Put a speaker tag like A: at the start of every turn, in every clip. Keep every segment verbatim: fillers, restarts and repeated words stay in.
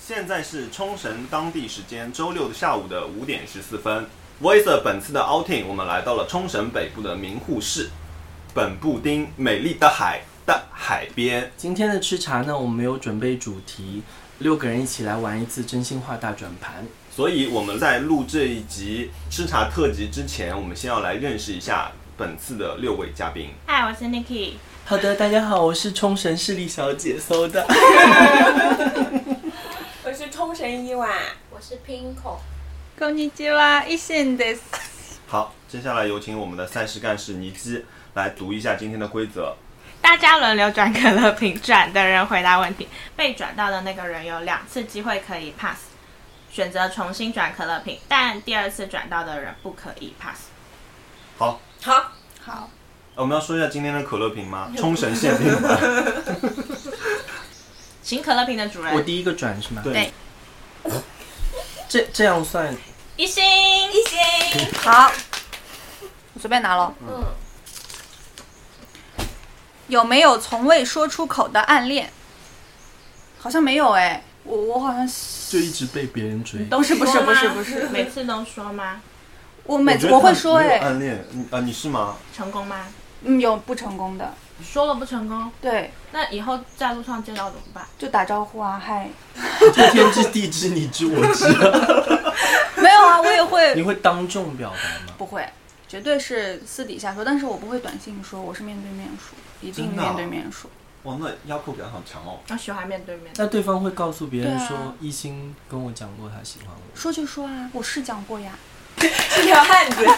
A: 现在是冲绳当地时间周六的下午的五点十四分。Voicer 本次的 outing， 我们来到了冲绳北部的名护市本部町美丽的海的海边。
B: 今天的吃茶呢，我们没有准备主题，六个人一起来玩一次真心话大转盘。
A: 所以我们在录这一集吃茶特辑之前，我们先要来认识一下本次的六位嘉宾。
C: 嗨，我是 Niki。
B: 好的，大家好，我是冲绳市立小姐搜的。
D: 我是冲绳伊娃，
E: 我是 Pinko。
C: こんにちは、一线です。
A: 好，接下来有请我们的赛事干事尼基来读一下今天的规则。
C: 大家轮流转可乐瓶，转的人回答问题，被转到的那个人有两次机会可以 pass， 选择重新转可乐瓶，但第二次转到的人不可以 pass。
A: 好，
D: 好，
C: 好。
A: 我们要说一下今天的可乐瓶吗？冲绳限定版。
C: 请可乐瓶的主人，
B: 我第一个转是吗？
C: 对。
B: 这这样算？
C: 一星，
D: 一星。
F: 好，我随便拿咯。
E: 嗯。
F: 有没有从未说出口的暗恋？好像没有哎、欸，我我好像
B: 就一直被别人追。
F: 都是不是不是不是，
C: 每次都说吗？
F: 我每次我会说哎、欸。
A: 暗恋，啊，你是吗？
C: 成功吗？
F: 嗯，有不成功的。
C: 说了不成功，
F: 对，
C: 那以后在路上见到怎么办？
F: 就打招呼啊，嗨。
B: 就天知地知你知我知。
F: 没有啊，我也会。
B: 你会当众表白吗？
F: 不会，绝对是私底下说，但是我不会短信说，我是面对面说，一定面对面说。
A: 哇，那压迫感好强哦。
C: 我喜欢面对面。
B: 那对方会告诉别人说，
F: 啊、
B: 一心跟我讲过他喜欢我。
F: 说就说啊，我是讲过呀。
D: 是条汉子。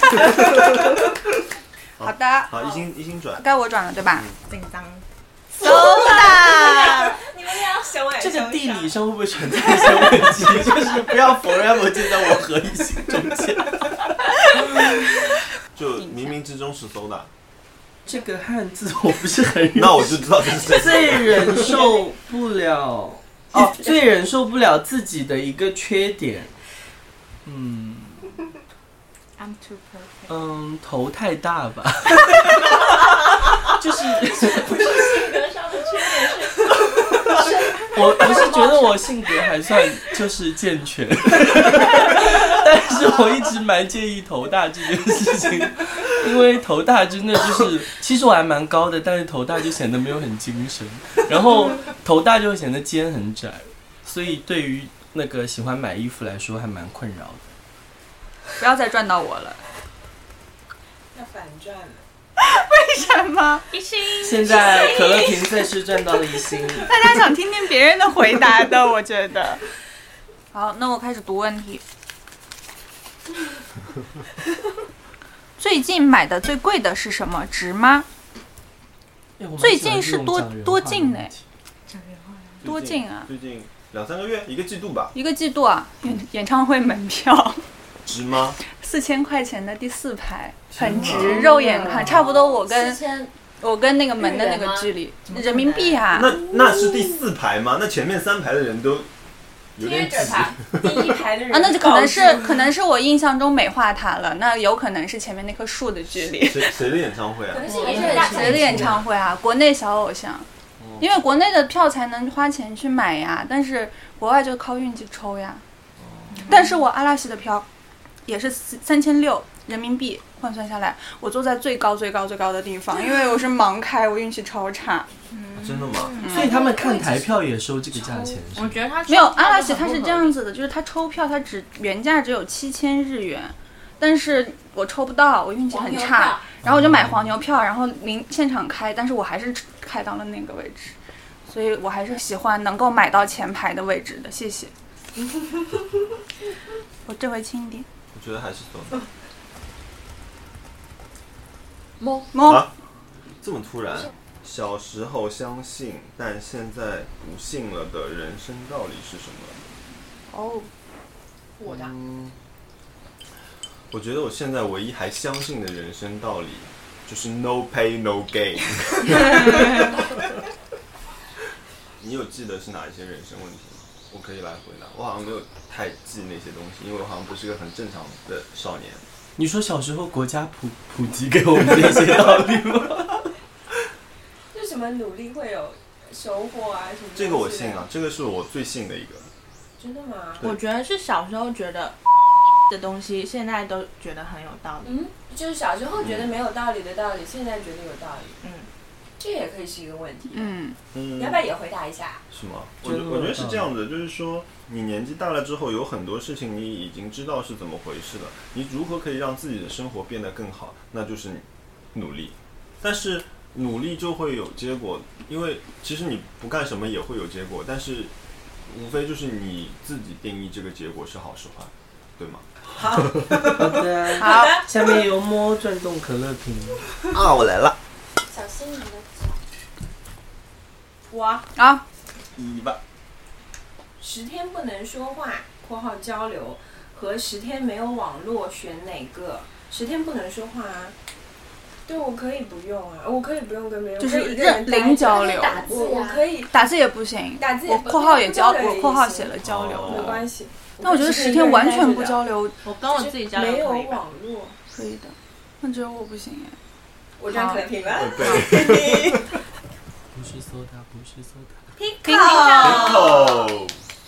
F: 好的，
A: 好，一心一心转，
F: 该我转了对吧？
C: 紧张，
F: 收的。
D: 你们要熊矮
B: 这个地理上会不会存在一些问题？就是不要 forever 进到我和一心中间。
A: 就冥冥之中是搜的。
B: 这个汉字我不是很认识，
A: 那我就知道这是谁。
B: 最忍受不了哦，最忍受不了自己的一个缺点，嗯。
C: I'm too perfect。
B: 嗯，头太大吧，就是
E: 不是性格上的缺点，是
B: 我我是觉得我性格还算就是健全，但是我一直蛮介意头大这件事情，因为头大真的就是，其实我还蛮高的，但是头大就显得没有很精神，然后头大就会显得肩很窄，所以对于那个喜欢买衣服来说还蛮困扰的。
F: 不要再转到我了。
D: 要反转了。
F: 为什么？
C: 一星。
B: 现在可乐瓶赛事赚到了一星。
F: 大家想听听别人的回答的，我觉得。好，那我开始读问题。最近买的最贵的是什么？值吗？最近是多多近呢？多近啊？
A: 最近两三个月，一个季度吧。
F: 一个季度啊？演演唱会门票。
A: 值吗？
F: 四千块钱的第四排，很值，肉眼看差不多。我跟我跟那个门的那个距离，人民币啊。
A: 那那是第四排吗？那前面三排的人都有点挤。
D: 第一排的人
F: 啊，那就可能是可能是我印象中美化它了。那有可能是前面那棵树的距离。
A: 谁谁的演唱会啊？
F: 谁的演唱会啊？国内小偶像。因为国内的票才能花钱去买呀，但是国外就靠运气抽呀。但是我阿拉西的票。也是三千六人民币换算下来，我坐在最高最高最高的地方，因为我是盲开，我运气超差。
A: 嗯、真的吗？
B: 嗯、所以他们看台票也收这个价钱？
C: 我觉得他
F: 没有阿拉西，他是这样子的，就是他抽票，他只原价只有七千日元，但是我抽不到，我运气很差，然后我就买黄牛票，然后临现场开，但是我还是开到了那个位置，所以我还是喜欢能够买到前排的位置的。谢谢。我这回轻一点。
A: 我觉得还是搜的。
E: 摸
F: 摸、
A: 啊，这么突然？小时候相信，但现在不信了的人生道理是什么？
F: 哦，
E: 我的。
A: 嗯，我觉得我现在唯一还相信的人生道理就是 no pay no gain。你有记得是哪一些人生问题吗？我可以来回答。我好像没有太记那些东西，因为我好像不是个很正常的少年。
B: 你说小时候国家普普及给我们这些道理吗？
D: 就什么努力会有收获啊什么？
A: 这个我信啊，这个是我最信的一个。
D: 真的吗？
C: 我觉得是小时候觉得的东西，现在都觉得很有道理。
D: 嗯，就是小时候觉得没有道理的道理，现在觉得有道理。
C: 嗯，
D: 这也可以是一个问题。
F: 嗯，
A: 嗯
D: 你要不要也回答一下？
A: 是吗？我觉我觉得是这样的，就是说你年纪大了之后，有很多事情你已经知道是怎么回事了，你如何可以让自己的生活变得更好，那就是努力。但是努力就会有结果，因为其实你不干什么也会有结果，但是无非就是你自己定义这个结果是好是坏，对吗？
D: 好，
B: 好的，
F: 好，
B: 下面由摸转动可乐瓶。
A: 啊，我来了，
E: 小心你的脚。
D: 我
F: 啊，
A: 一吧。
D: 十天不能说话（括号交流）和十天没有网络选哪个？十天不能说话啊。对，我可以不用啊，我可以不用跟别人，
F: 就是
D: 我可以一个人待着
F: 零交流
E: 打字
D: 我我
E: 呀。
D: 可以
F: 打字也不行，
D: 打字也不，
F: 我括号也交，
D: 不交流
F: 我括号
D: 也行
F: 写了交流
A: 哦
D: 没
F: 的。
D: 关系。
F: 那我觉得十天完全不交流
C: 我跟我自己交
D: 没有
C: 流可以吧？
D: 网络，
F: 可以的，那只有我不行哎。
D: 我转可乐瓶了。
A: 对
B: 不是搜他，不是搜他。
C: 听
A: ，Pico。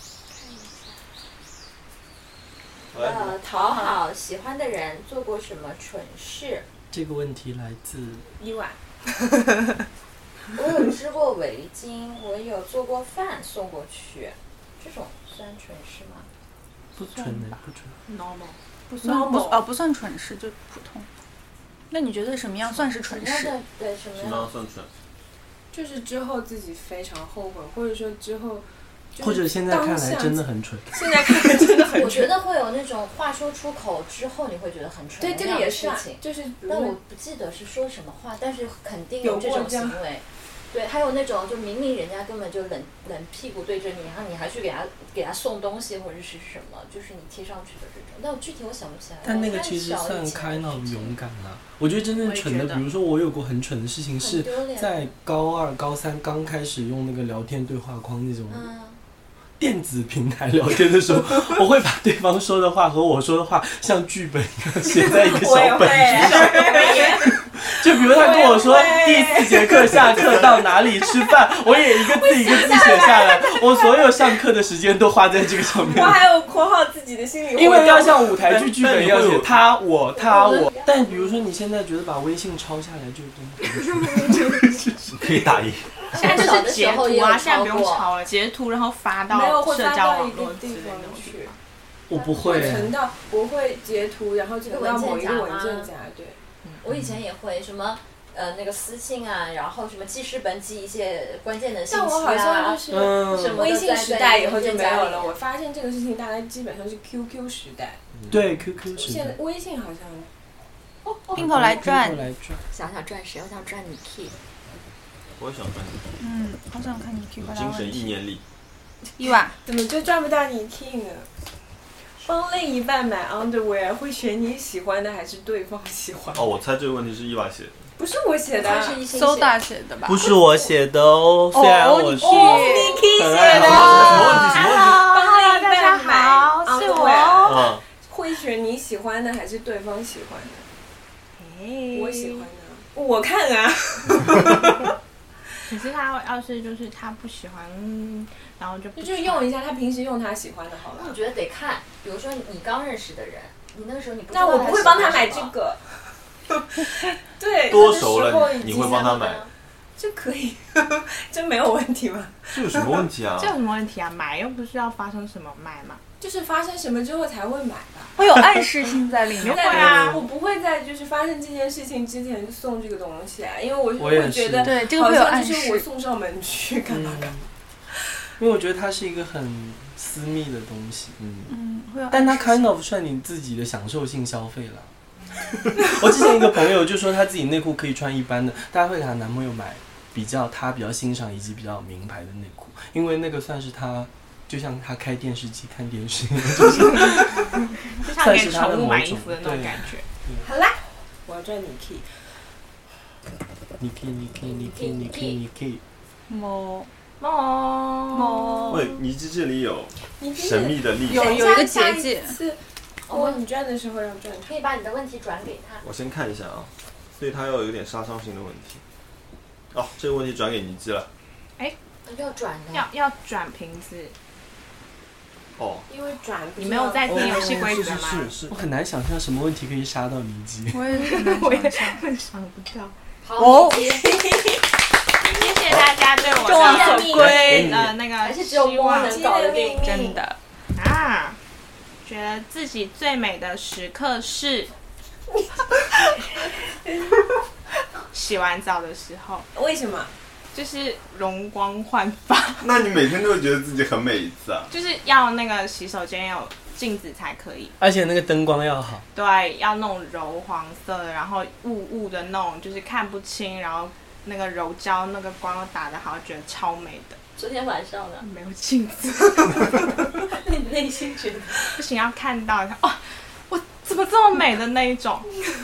E: 呃，讨好喜欢的人做过什么蠢事？
B: 这个问题来自
D: 伊娃，
E: 我有织过围巾，我有做过饭送过去，这种算蠢事吗？
B: 不纯的，不纯。
C: normal。
F: 不算不哦不算蠢事，就普通。那你觉得什么样算是蠢事？
E: 什么样的对什么
A: 什
E: 样
A: 么样算蠢？
D: 就是之后自己非常后悔，或者说之后，就是
B: 或者现在看来真的很蠢。
D: 现在看来真的很蠢。
E: 我觉得会有那种话说出口之后，你会觉得很蠢
D: 对，
E: 的那样
D: 这个也是啊
E: 的事情。
D: 就是比如
E: 但我
D: 说
E: 不记得是说什么话，但是肯定
D: 有
E: 有这种
D: 过这样
E: 行为。对，还有那种就明明人家根本就冷冷屁股对着你，然后你还去给他给他送东西或者是什么，就是你贴上去的这种。但我具体我想不起来了。
B: 但那个其实算开朗勇敢啦。我觉得真正蠢的，比如说我有过很蠢的事情，是在高二、高三刚开始用那个聊天对话框那种电子平台聊天的时候，我会把对方说的话和我说的话像剧本一样写在一个小本子上。就比如他跟我说第四节课下课到哪里吃饭，我也一个字一个字写下来，我所有上课的时间都花在这个上面。
D: 我还有括号自己的心理活动，
B: 因为要像舞台剧剧本一样写他我他我。但比如说你现在觉得把微信抄下来就真
A: 可以打印。
C: 现在就是截图啊，现在不用抄了，截图然后发
D: 没有
C: 到社交
D: 会发到
C: 网络之
D: 一个地方
C: 类的。
D: 去，
B: 我不
D: 会
B: 会
D: 存到我会截图，然后存到某一个文件夹，对。
E: 我以前也会什么呃那个私信啊，然后什么记事本记一些关键的信息啊。
D: 但我好像就是
B: 嗯
D: 微信时代以后就没有了。我发现这个事情大概基本上是 Q Q 时代。
B: 对 Q Q 时代。
D: 现在微信好像。
F: 拼口来转，
E: 想想转谁？我想转你 key。
A: 我也想转你 key。
F: 嗯，好想看你 key 回答问
A: 精神意
F: 题。
A: 念力。
F: 伊娃，
D: 怎么就转不到你 key 呢？帮另一半买 underwear 会选你喜欢的还是对方喜欢？
A: 哦，我猜这个问题是伊娃写的。
D: 不是我写的，
E: 是
F: 搜大写的吧？
B: 不是我写的哦，虽然我是
D: 你 key 写的。
A: 什么问题？什么问题？
D: 帮另一半买 underwear
A: 嗯。
D: 会选你喜欢的还是对方喜欢的？
C: 哎
D: 我喜欢的，我看啊。
C: 可是他要是就是他不喜欢，然后就不
D: 就用一下他平时用他喜欢的好了。
E: 我觉得得看，比如说你刚认识的人，你那个时候你不知道
D: 那我不会帮他买这个。对，
A: 多熟了，你会帮他买？
D: 这可以，这没有问题吗？
A: 这有什么问题啊？
C: 这有什么问题啊？买又不是要发生什么卖嘛。
D: 就是发生什么之后才会买吧。
F: 会有暗示性在里面。
C: 会啊，
D: 我不会在就是发生这件事情之前就送这个东西啊，因为我
B: 会
D: 觉得
F: 对这个会有暗示，
D: 好像就是我送上门去干嘛干嘛。
B: 因为我觉得它是一个很私密的东西，嗯
F: 嗯，会有。
B: 但它 kind of 算你自己的享受性消费了。我之前一个朋友就说他自己内裤可以穿一般的，大家会给她男朋友买比较他比较欣赏以及比较名牌的内裤，因为那个算是他。就像他开电视机看电视，就是
C: 就像给宠物买衣服的那种感觉。
D: 好啦，我要转你 key。
B: 你 key 你 key 你 key 你 key 你 key。
F: 某
C: 某
F: 某。
A: 喂，你这这里有神秘的力
F: 有有一个结界。
D: 哦，你转的时候要转。
E: 可以把你的问题转给他。
A: 我先看一下啊，所以他要有点杀伤性的问题。哦，这个问题转给尼基了。
C: 哎，
E: 要转的。
C: 要要转瓶子。
A: 哦，
D: 因为转
C: 你没有在听游戏规则吗？
A: 是是是
B: 我很难想象什么问题可以杀到尼基。
F: 我也是很难
C: 我也
F: 想象。
C: 想不到。
E: 好，
F: 哦
E: 你
C: 谢谢大家对我
F: 众望所
C: 的
F: 归
C: 呃那个
E: 还是只有
C: 希望
E: 摸能搞得定。
C: 真的啊，觉得自己最美的时刻是洗完澡的时候，
D: 为什么？
C: 就是容光焕发，
A: 那你每天都会觉得自己很美一次啊？
C: 就是要那个洗手间有镜子才可以。
B: 而且那个灯光要好。
C: 对，要弄柔黄色的，然后雾雾的弄，就是看不清，然后那个柔焦那个光打得好，觉得超美的。
E: 昨天晚上呢？
C: 没有镜子，
E: 那你内心觉得？
C: 不行，要看到哦，我怎么这么美的那一种。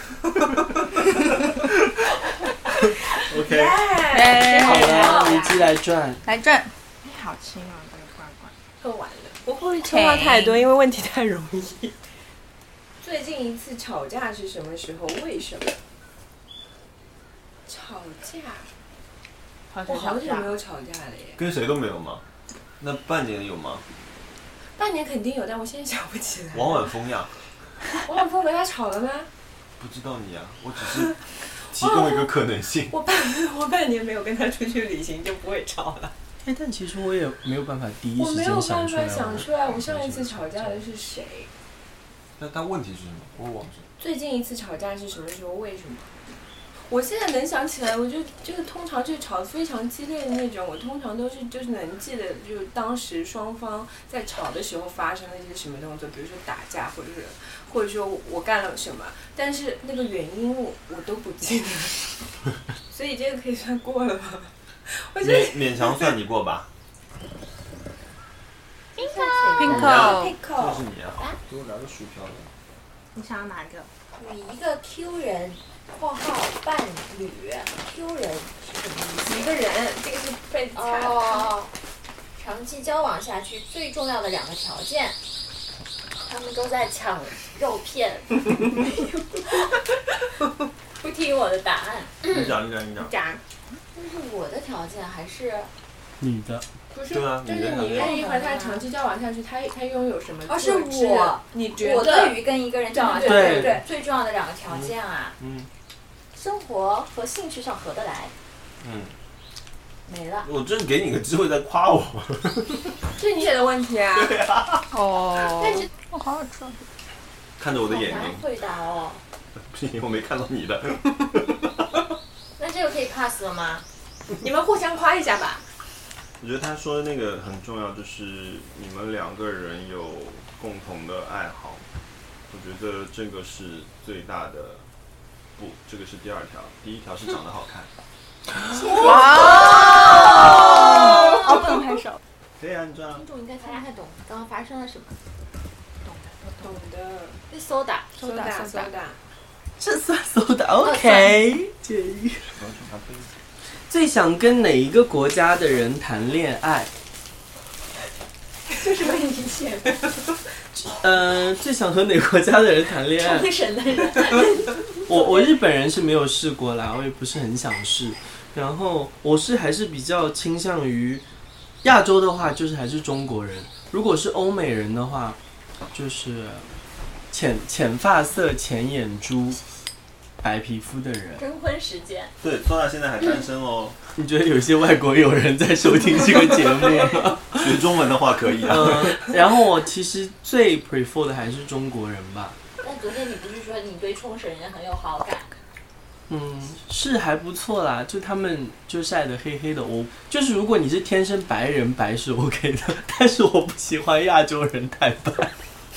A: OK，
F: 哎，
B: 好了，尼基来转。
F: 来转。
C: 哎，好轻哦，这个罐罐。
D: 喝完了。我不会说话太多，因为问题太容易。最近一次吵架是什么时候？为什么？吵架？我好久没有吵架了耶。
A: 跟谁都没有吗？那半年有吗？
D: 半年肯定有，但我现在想不起来。
A: 王婉峰呀？
D: 王婉峰和他吵了吗？
A: 不知道你呀，我只是提供一个可能性。
D: 我半我半年没有跟他出去旅行，就不会吵了。
B: 哎，但其实我也没有办法第一时
D: 我没有
B: 间想
D: 办
B: 出来。
D: 法想出来，我上一次吵架的是谁？
A: 那但问题是什么？我忘记了。
D: 最近一次吵架是什么时候？为什么？我现在能想起来，我就就是通常就是吵得非常激烈的那种，我通常都是就是能记得，就是当时双方在吵的时候发生了一些什么动作，比如说打架，或者是或者说我干了什么，但是那个原因我我都不记得，所以这个可以算过了吗？我觉得
A: 勉勉强算你过吧。
F: Pinko，
A: 这
D: Pinko，
A: 是你啊！给我拿个薯条的。
C: 你想要哪一个？
E: 与一个 Q 人（括号伴侣 ）Q 人是什么意思？
D: 一个人，这个是被
E: 哦哦哦，长期交往下去最重要的两个条件，他们都在抢肉片，不听我的答案。
A: 你讲，你讲，你讲。
D: 讲，
E: 这是我的条件还是？
B: 你的
D: 不是，
A: 对啊
D: 就是你愿意和他长期交往下去，他他拥有什么
E: 而是
D: 特质
E: 我，
D: 你觉
E: 我
D: 得
E: 对于跟一个人交往下去
B: 对对
D: 对
E: 最重要的两个条件啊，
A: 嗯
E: 生活和兴趣上合得来，
A: 嗯，
E: 没了。
A: 我真给你个机会再夸我。
D: 是你写的问题啊？
F: 哦，
E: 但是
F: 我好好吃哦。
A: 看着我的眼
E: 好难
A: 睛，
E: 回答哦。
A: 不行，我没看到你的。
E: 那这个可以 pass 了吗？
D: 你们互相夸一下吧。
A: 我觉得他说的那个很重要，就是你们两个人有共同的爱好。我觉得这个是最大的，不，这个是第二条，第一条是长得好看。
F: 哇哦！不能拍手。
A: 可以啊，你这样
E: 听。众应该听不太懂刚刚发生了什么。
D: 懂的，
E: 被搜打，
D: 收打收打。
B: 是算搜的 OK。介意。最想跟哪一个国家的人谈恋爱？
D: 这是为你写的。
B: 呃，最想和哪个国家的人谈恋爱？
E: 冲绳的人。
B: 我我日本人是没有试过啦，我也不是很想试。然后我是还是比较倾向于亚洲的话，就是还是中国人。如果是欧美人的话，就是浅浅发色、浅眼珠、白皮肤的人。
E: 征婚时间。
A: 对，索娜现在还单身哦。
B: 你觉得有些外国友人在收听这个节目吗？
A: 学中文的话可以啊。
B: 嗯，然后我其实最 prefer 的还是中国人吧。
E: 但昨天你不是说你对冲绳人很有好感？
B: 嗯，是还不错啦，就他们就晒得黑黑的。我就是如果你是天生白人，白是 OK 的，但是我不喜欢亚洲人太白，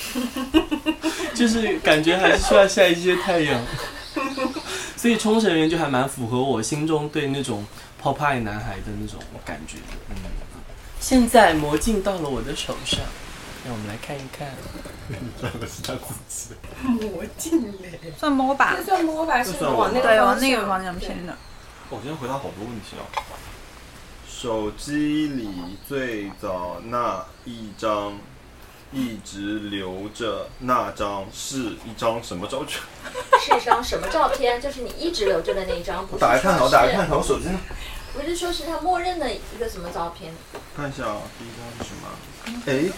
B: 就是感觉还是需要晒一些太阳。所以冲绳人就还蛮符合我心中对那种 Popeye 男孩的那种感觉的。嗯，现在魔镜到了我的手上，让我们来看一看。
A: 赚的是他自己。
D: 魔镜嘞，
F: 算摸吧
D: 这。算摸吧，是
A: 这算
D: 往那个
F: 对，
D: 方向
F: 往那个方向偏的。
A: 我今天回答好多问题哦。手机里最早那一张一直留着，那张是一张什么照片？
E: 是一张什么照片？就是你一直留着的那一张，不是
A: 打开看好，
E: 说
A: 打开看
E: 是
A: 好，我手机呢？
E: 不是说是他默认的一个什么照片？
A: 看一下啊，第一张是什么？哎，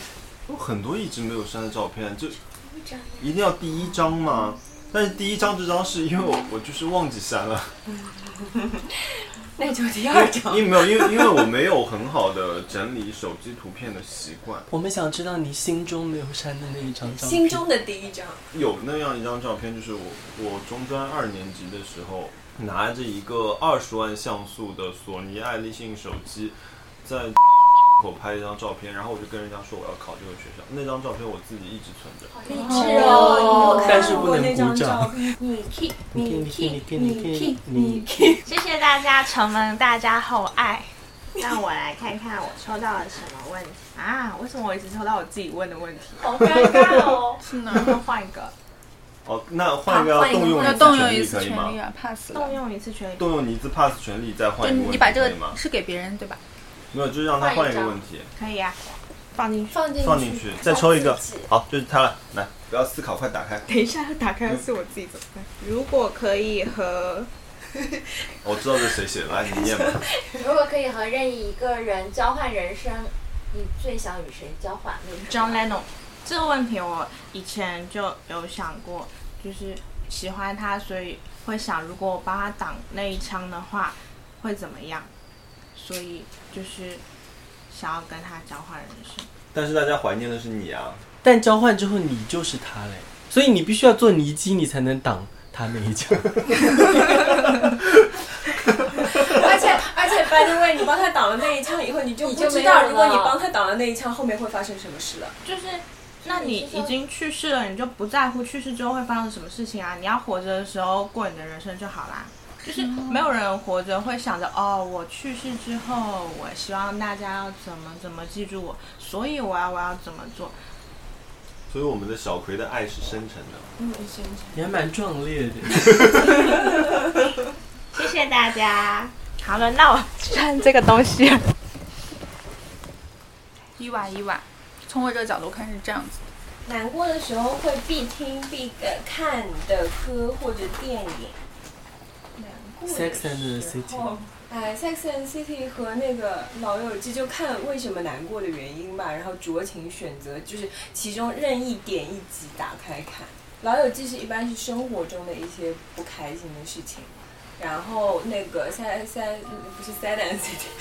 A: 有很多一直没有删的照片，就一定要第一张吗？但是第一张这张是因为我我就是忘记删了。
D: 那就第二张。
A: 因为没有，因为因为我没有很好的整理手机图片的习惯。
B: 我们想知道你心中没有删的那一张照片。
D: 心中的第一张。
A: 有那样一张照片，就是我我中专二年级的时候，拿着一个二十万像素的索尼爱立信手机，在口拍一张照片，然后我就跟人家说我要考这个学校。那张照片我自己一直存着。
E: 励志哦！
B: 但是不能鼓掌。
D: 你 keep，
B: 你 keep， 你 keep， 你 keep，
D: 你 keep。
C: 谢谢大家承蒙大家厚爱。让我来看看我抽到了什么问题啊？为什么我一直抽到我自己问的问题？
E: 好尴尬哦！
F: 是呢，
C: 那换一个。
A: 哦，那换一个要动用
F: 要动用一
A: 一次
F: 次
A: 权利可以吗？
F: 权利啊 ，pass 了。
C: 动用一次权利。
A: 动用你一次 pass 权利再换一个问题
F: 你把这个
A: 可以吗？
F: 是给别人对吧？
A: 没有，就是让他换一个问题，
C: 可以啊，放进去。
E: 放进去，
A: 放进去，再抽一个。好，就是它了。来，不要思考，快打开。
C: 等一下，打开的是我自己怎么办？如果可以和
A: 我知道这是谁写的，来你念吧。
E: 如果可以和任意一个人交换人生，你最想与谁交换？
C: John Lennon 这个问题我以前就有想过，就是喜欢他，所以会想如果我帮他挡那一枪的话会怎么样，所以就是想要跟他交换人生。
A: 但是大家怀念的是你啊。
B: 但交换之后你就是他嘞，所以你必须要做泥基，你才能挡他那一枪。
D: 而且而且 by the way， 你帮他挡了那一枪以后，你就不知道如果你帮他挡了那一枪后面会发生什么事了。
C: 就是那你已经去世了，你就不在乎去世之后会发生什么事情啊？你要活着的时候过你的人生就好啦。就是没有人活着会想着哦，我去世之后，我希望大家要怎么怎么记住我，所以我要我要怎么做。
A: 所以我们的小葵的爱是深沉的。
D: 嗯，深沉。
B: 你还蛮壮烈的。
C: 谢谢大家。好了，那我看这个东西。
F: 伊娃伊娃，从我这个角度看是这样子。
D: 难过的时候会必听必呃看的歌或者电影。难过的
B: Sex and the
D: 时
B: City
D: 候，哎 ，Sex and City 和那个老友记就看为什么难过的原因吧，然后酌情选择，就是其中任意点一集打开看。老友记是一般是生活中的一些不开心的事情。然后那个 sad sad 不是 sad and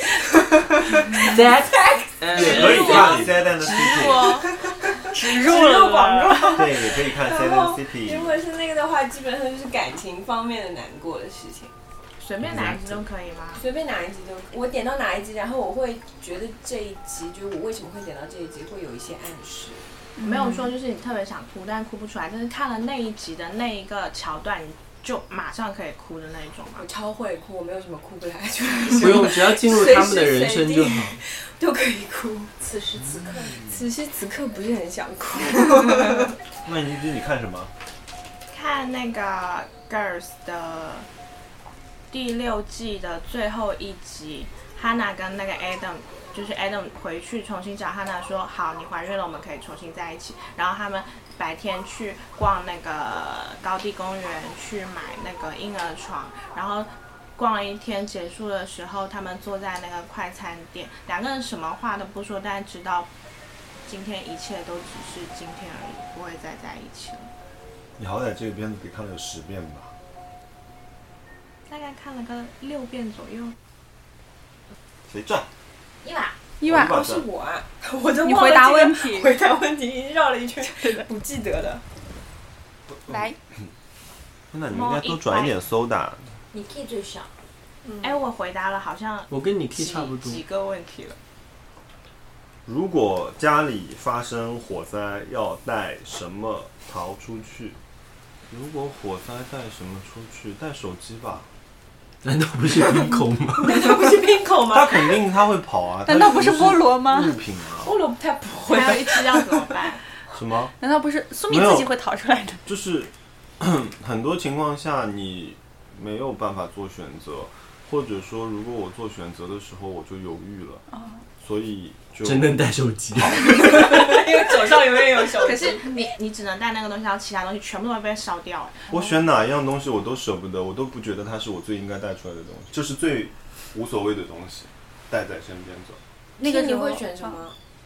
D: city，sad
A: 也可以看 sad and city，
C: 植入了
D: 广告。
A: 对，也可以看 sad and city。
D: 如果是那个的话，基本上就是感情方面的难过的事情。
C: 随便哪一集都可以吗？
D: 随便哪一集都，我点到哪一集，然后我会觉得这一集就是我为什么会点到这一集，会有一些暗示。
C: 没有说就是你特别想哭，但哭不出来，但是看了那一集的那一个桥段，你就马上可以哭的那一种嘛。
D: 我超会哭，我没有什么哭不来就
B: 不用，只要进入他们的人生就好。
D: 都可以哭。
E: 此时此刻，
D: 此时此刻不是很想哭。
A: 那你你看什么？
C: 看那个 Girls 的第六季的最后一集 ，Hannah 跟那个 Adam。就是 Adam 回去重新找 Hannah 说好，你怀孕了，我们可以重新在一起。然后他们白天去逛那个高地公园，去买那个婴儿床，然后逛了一天，结束的时候，他们坐在那个快餐店，两个人什么话都不说，但知道今天一切都只是今天而已，不会再在一起了。
A: 你好歹这个片子得看了有十遍吧？
C: 大概看了个六遍左右。
A: 谁赚？
E: 伊娃，
F: 伊娃，
D: 哦，是我啊！我都忘了
F: 你回答
D: 这个
F: 问题
D: 回答问题绕了一圈，不记得了。
F: 来，
A: 那你们应该多转一点 soda。
E: 你 key 最小。
C: 哎、嗯，我回答了好像
B: 我跟你 key 差不多
C: 几个问题了。
A: 如果家里发生火灾，要带什么逃出去？如果火灾带什么出去？带手机吧。
B: 难道不是冰口吗？
D: 难道不是冰口吗？
A: 他肯定他会跑啊。
F: 难道不是菠萝吗？
A: 物品啊。
D: 菠萝他不会。
C: 还有一只要怎么办？
A: 什么？
F: 难道不是苏米自己会逃出来的？
A: 就是很多情况下你没有办法做选择，或者说如果我做选择的时候我就犹豫了，哦、所以就
B: 只能带手机。
D: 因为手上永远有手
C: 机。可是你你只能带那个东西，然后其他东西全部都会被烧掉。
A: 我选哪一样东西我都舍不得，我都不觉得它是我最应该带出来的东西，这是最无所谓的东西，带在身边走。
D: 那个你会选什么？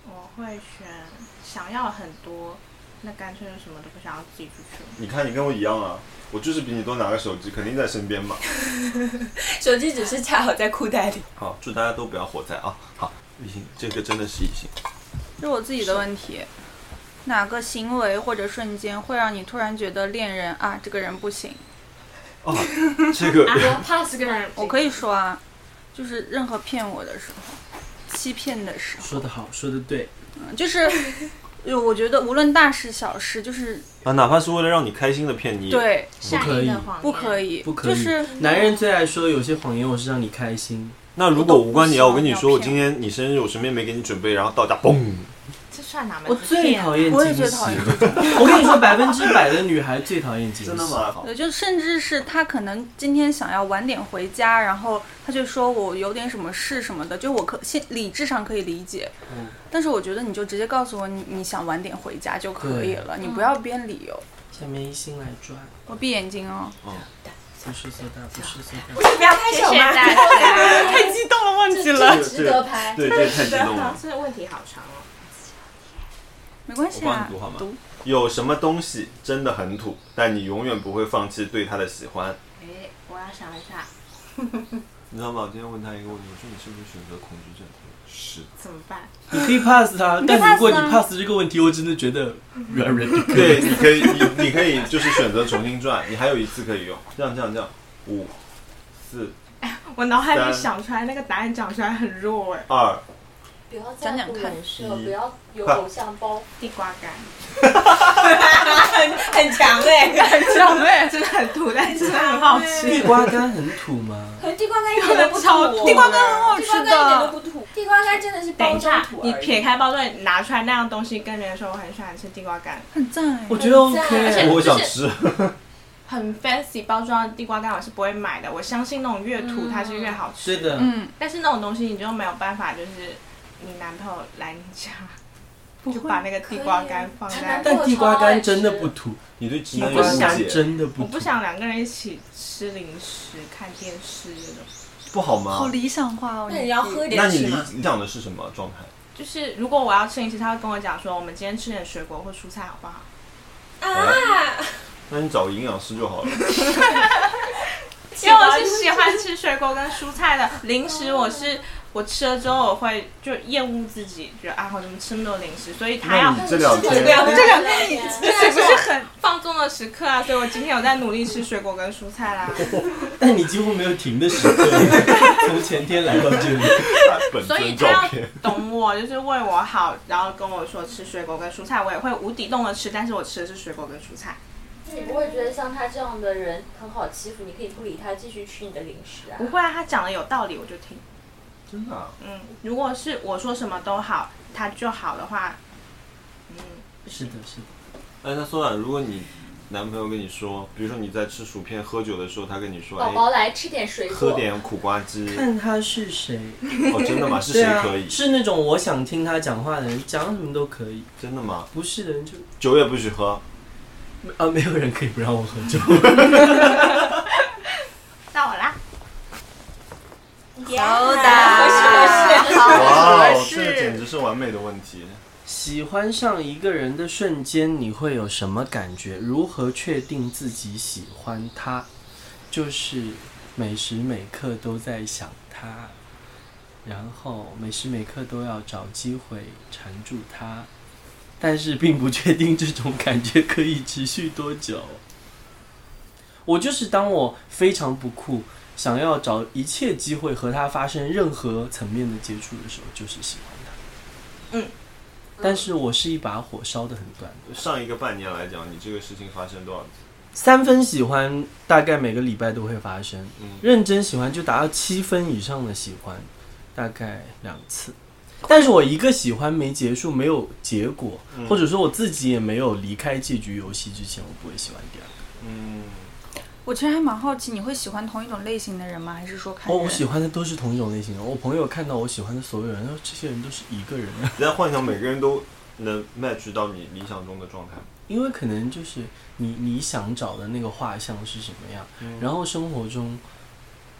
C: 我会选想要很多，那干脆就什么都不想要自己出去。
A: 你看你跟我一样啊，我就是比你多拿个手机，肯定在身边嘛。
D: 手机只是恰好在裤袋里。
A: 好，祝大家都不要火灾啊！好，理性，这个真的是理性。
F: 是我自己的问题，哪个行为或者瞬间会让你突然觉得恋人啊这个人不行？
A: 啊，这个
E: 我 pass
C: 这个人
F: 我可以说啊，就是任何骗我的时候，欺骗的时候，
B: 说得好，说得对。
F: 嗯，就是我觉得无论大事小事，就是
A: 啊，哪怕是为了让你开心的骗你，，
F: 对，
C: 善意的谎言
F: 不可以，
B: 不可以。
F: 就是
B: 男人最爱说有些谎言我是让你开心。
A: 那如果无关你要，我跟你说，我
F: 我都不希望
A: 今天你生日，我身边没给你准备，然后到家嘣，
C: 这算哪门
B: 我最
C: 子骗啊
B: 讨厌
F: 我也
B: 惊喜
F: 最讨厌这种。
B: 我跟你说，百分之百的女孩最讨厌惊喜。
A: 真的吗？
F: 对，就甚至是他可能今天想要晚点回家，然后他就说我有点什么事什么的，就我可现理智上可以理解，
B: 嗯，
F: 但是我觉得你就直接告诉我你你想晚点回家就可以了，你不要编理由。
B: 下面一心来转，
F: 我闭眼睛哦。
A: 嗯，
B: 不是说大，不是说大。
D: 不要拍
C: 谢谢
D: 手吗？
C: 大家。
F: 太激动了，忘
E: 这这值得拍。
A: 对，这个太激动了。
C: 这个问题好长哦。
F: 没关系啊
A: 我帮你读好吗，有什么东西真的很土，但你永远不会放弃对它的喜欢？
C: 哎，我要想一下，
A: 你知道吗？我今天问他一个问题，我说你是不是选择恐惧症？是。
C: 怎么办？
B: 你可以 pass 他，
F: 你可以
B: 但如果你
F: pass 啊
B: pass 这个问题，我真的觉得软软的。
A: 对，你可以，你你可以就是选择重新转，你还有一次可以用。这样这样这样，五、四、
C: 我脑海里
A: 三
C: 想出来那个答案讲出来很弱哎。
A: 二，
E: 不要在乎人设，不要有
A: 快
E: 偶像包。
C: 地瓜干，
D: 很很强哎、
C: 很强哎，真的很土，但是真的很好吃。
B: 地瓜干很土吗？
D: 可是地瓜干一点都不土，
C: 地瓜
F: 干很好吃的
D: 地瓜干一点都不土，地瓜干真的是
C: 等一下
D: 包装土，而已。
C: 你撇开包装，拿出来那样东西，跟别人说我很喜欢吃地瓜干，
F: 很赞哎。
B: 我觉得
D: 很赞
B: OK。
A: 我想吃。
C: 很 fancy 包装的地瓜干我是不会买的。我相信那种越土它是越好吃。
B: 对的，
F: 嗯，
C: 但是那种东西你就没有办法，就是你男朋友来你家，就把那个地瓜干放在。
B: 但地瓜干真的不土，
A: 你对直
B: 地
A: 男有误
B: 瓜干
A: 解，
B: 真的不土。
C: 我不想两个人一起吃零食、看电视这种。
A: 不好吗？
F: 好理想化哦。
D: 那你要喝
A: 那
D: 点吃
A: 你理
D: 嘛。
A: 理想的是什么状态？
C: 就是如果我要吃零食，他会跟我讲说，我们今天吃点水果或蔬菜好不好？
D: 啊，
A: 那你找个营养师就好了。
C: 因为我是喜欢吃水果跟蔬菜的。零食我是我吃了之后我会就厌恶自己，觉得啊我怎么吃那么多零食，所以他要
A: 那你这两天
D: 这两
E: 这两
C: 这不是很放纵的时刻啊，所以我今天有在努力吃水果跟蔬菜啦。
B: 但你几乎没有停的时刻，从前天来到这里。
A: 本
C: 所以
A: 尊
C: 他要
A: 照片。
C: 懂我，就是为我好，然后跟我说吃水果跟蔬菜，我也会无底洞的吃，但是我吃的是水果跟蔬菜。
E: 你不会觉得像他这样的人很好欺负？你可以不理他，继续吃你的零食啊
C: 不。会啊，他讲的有道理我就听。
A: 真的啊？
C: 嗯，如果是我说什么都好，他就好的话，嗯，
B: 是的，是的。
A: 哎，那苏冉，如果你男朋友跟你说，比如说你在吃薯片、喝酒的时候，他跟你说，
E: 宝
A: 哎，
E: 宝来吃点水果。
A: 喝点苦瓜汁。
B: 看他是谁。
A: 哦，真的吗？是
B: 对啊
A: 谁可以？
B: 是那种我想听他讲话的人，讲什么都可以。
A: 真的吗？
B: 不是的人就
A: 酒也不许喝。
B: 啊，没有人可以不让我喝酒。
C: 到我啦。
F: 好的，
D: 合适合适
F: 好
A: 哇哦，
F: 合
A: 这个简
F: 适。
A: 直是完美的问题。
B: 喜欢上一个人的瞬间，你会有什么感觉？如何确定自己喜欢他？就是每时每刻都在想他，然后每时每刻都要找机会缠住他，但是并不确定这种感觉可以持续多久。我就是当我非常不酷，想要找一切机会和他发生任何层面的接触的时候，就是喜欢他。
C: 嗯。
B: 但是我是一把火烧得很短的。
A: 上一个半年来讲，你这个事情发生多少次？
B: 三分喜欢大概每个礼拜都会发生，
A: 嗯
B: 认真喜欢就达到七分以上的喜欢，大概两次。但是我一个喜欢没结束，没有结果，
A: 嗯
B: 或者说我自己也没有离开结局游戏之前，我不会喜欢第二个。
A: 嗯，
F: 我其实还蛮好奇，你会喜欢同一种类型的人吗？还是说看
B: 哦，
F: 人？
B: 我喜欢的都是同一种类型的。我朋友看到我喜欢的所有人，说这些人都是一个人，
A: 你在幻想每个人都能 match 到你理想中的状态。
B: 因为可能就是你你想找的那个画像是什么样，
A: 嗯
B: 然后生活中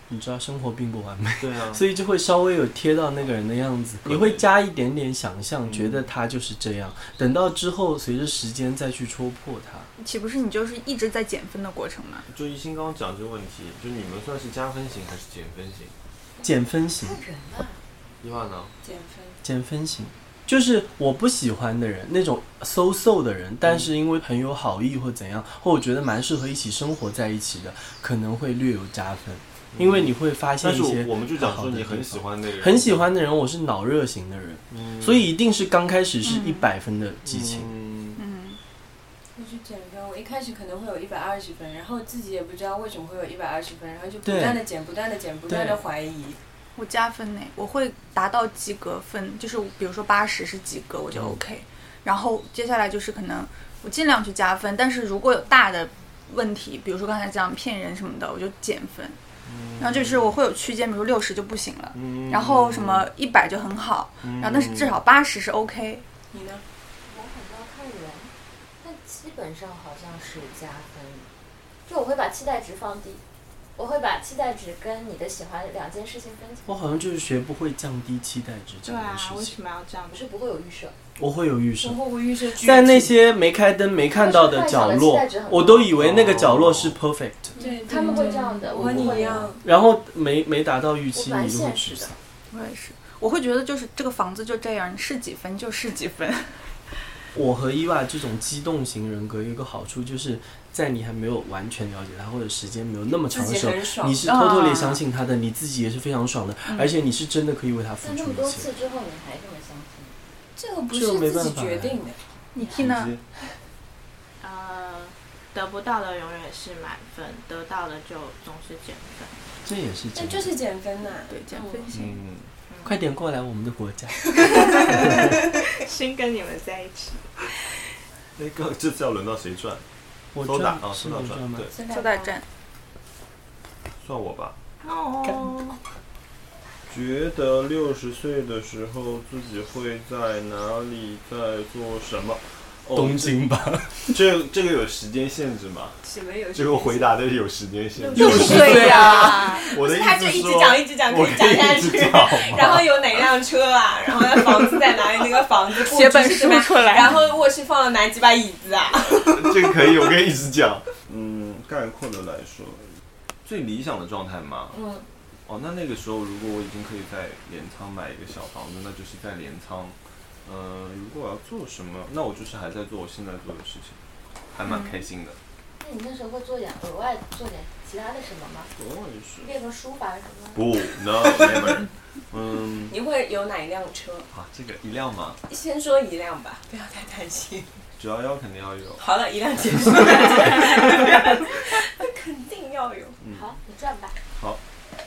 B: 你知道生活并不完美，
A: 对啊，
B: 所以就会稍微有贴到那个人的样子，你会加一点点想象，觉得他就是这样。等到之后随着时间再去戳破他，
F: 岂不是你就是一直在减分的过程吗？
A: 就一心刚刚讲这个问题，就你们算是加分型还是减分型？
B: 减分型。
E: 人啊，
A: 一万呢？
D: 减分。
B: 减分型。就是我不喜欢的人，那种 so so 的人，但是因为很有好意或怎样，或我觉得蛮适合一起生活在一起的，可能会略有加分，因为你会发现一些好好的地方。
A: 但是我们就讲说你很喜欢那个人，
B: 很喜欢的人，我是脑热型的人，嗯、所以一定是刚开始是一百分的激情。
D: 嗯，嗯我是减分，我一开始可能会有一百二十分，然后自己也不知道为什么会有一百二十分，然后就不断的减，不断的减，不断的怀疑。
F: 我加分呢，我会达到及格分，就是比如说八十是及格，我就 OK、嗯。然后接下来就是可能我尽量去加分，但是如果有大的问题，比如说刚才讲骗人什么的，我就减分。嗯、然后就是我会有区间，比如六十就不行了，嗯、然后什么一百就很好，嗯、然后但是至少八十是 OK。
D: 你呢？
E: 我很要看人，但基本上好像是加分，就我会把期待值放低。我会把期待值跟你的喜欢两件事情分清。
B: 我好像就是学不会降低期待值这件事情。
C: 对啊，为什么要这样？
E: 不是不会有预设。
B: 我会有预设。
D: 我会预设。
B: 在那些没开灯、没看到的角落，我都以为那个角落是 perfect。
E: 对，他们会这样的，
D: 我和你一样。
B: 然后没没达到预期，你就会沮丧。
F: 我也是，我会觉得就是这个房子就这样，是几分就是几分。
B: 我和伊娃这种激动型人格有一个好处，就是在你还没有完全了解他，或者时间没有那么长的时候，你是偷偷地相信他的，你自己也是非常爽的，嗯、而且你是真的可以为他付出一切。
E: 那么多次之后，你还这么相信？
D: 这个不是自己决定的。
F: 你听呢？
C: 呃，得不到的永远是满分，得到的就总是减分。
B: 这也是减分，
D: 那就是减分呐、啊，
F: 对，减分型。
B: 嗯快点过来我们的国家
C: 先跟你们在一起。
A: 那个这次要轮到谁转？
B: 我
A: 转啊，
B: 是
A: 我转吗？
F: 对，周大战。
A: 算我吧。
C: 哦。
A: 觉得六十岁的时候自己会在哪里，在做什么？
B: 哦、东京吧。
A: 这这个有时间限制吗？
D: 什么有？
A: 这个回答的有时间限制。
F: 六十岁呀！
A: 我的意思是说，
D: 他就一直讲一直讲，可以讲下去。然后有哪辆车啊？然后那房子在哪里？那个房子
F: 写本书出来。
D: 然后卧室放了哪几把椅子啊？
A: 这个可以，我可以一直讲。嗯，概括的来说，最理想的状态嘛。嗯。哦，那那个时候如果我已经可以在镰仓买一个小房子，那就是在镰仓。呃，如果我要做什么，那我就是还在做我现在做的事情，还蛮开心的。
E: 那你那时候会做点额外做点其他的什么吗？
A: 我也是。
E: 练个书法什么？
A: 不 ，no never。嗯。
D: 你会有哪一辆车？
A: 啊，这个一辆吗？
D: 先说一辆吧，不要太担心。
A: 九幺幺肯定要有。
D: 好了，一辆结束了。那肯定要有。
E: 嗯、好，你转吧。
A: 好。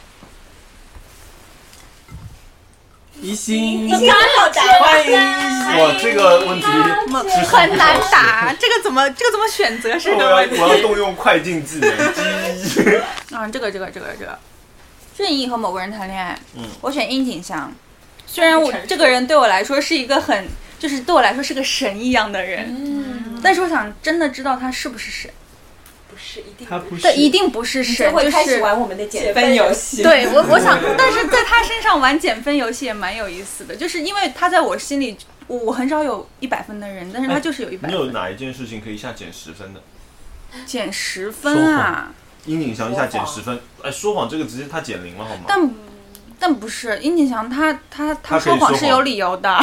B: 一心，
D: 你刚好答
B: 欢迎一心。
A: 哇，这个问题
F: 很难答，这个怎么这个怎么选择式的问题？
A: 我要我要动用快进技能。
F: 啊，这个这个这个这个，任意和某个人谈恋爱，嗯，我选樱井翔。虽然我这个人对我来说是一个很，就是对我来说是个神一样的人，嗯，但是我想真的知道他是不是神。
D: 是一定
B: 他不是，
F: 对，一定不是神，
D: 就会开始玩我们的减分游戏。
F: 对我，我想，但是在他身上玩减分游戏也蛮有意思的，就是因为他在我心里，我我很少有一百分的人，但是他就是有一百分。
A: 你有哪一件事情可以一下减十分的？
F: 减十分啊！
A: 樱井翔一下减十分，哎，说谎这个直接他减零了好吗？
F: 但但不是樱井翔，他他他说谎是有理由的。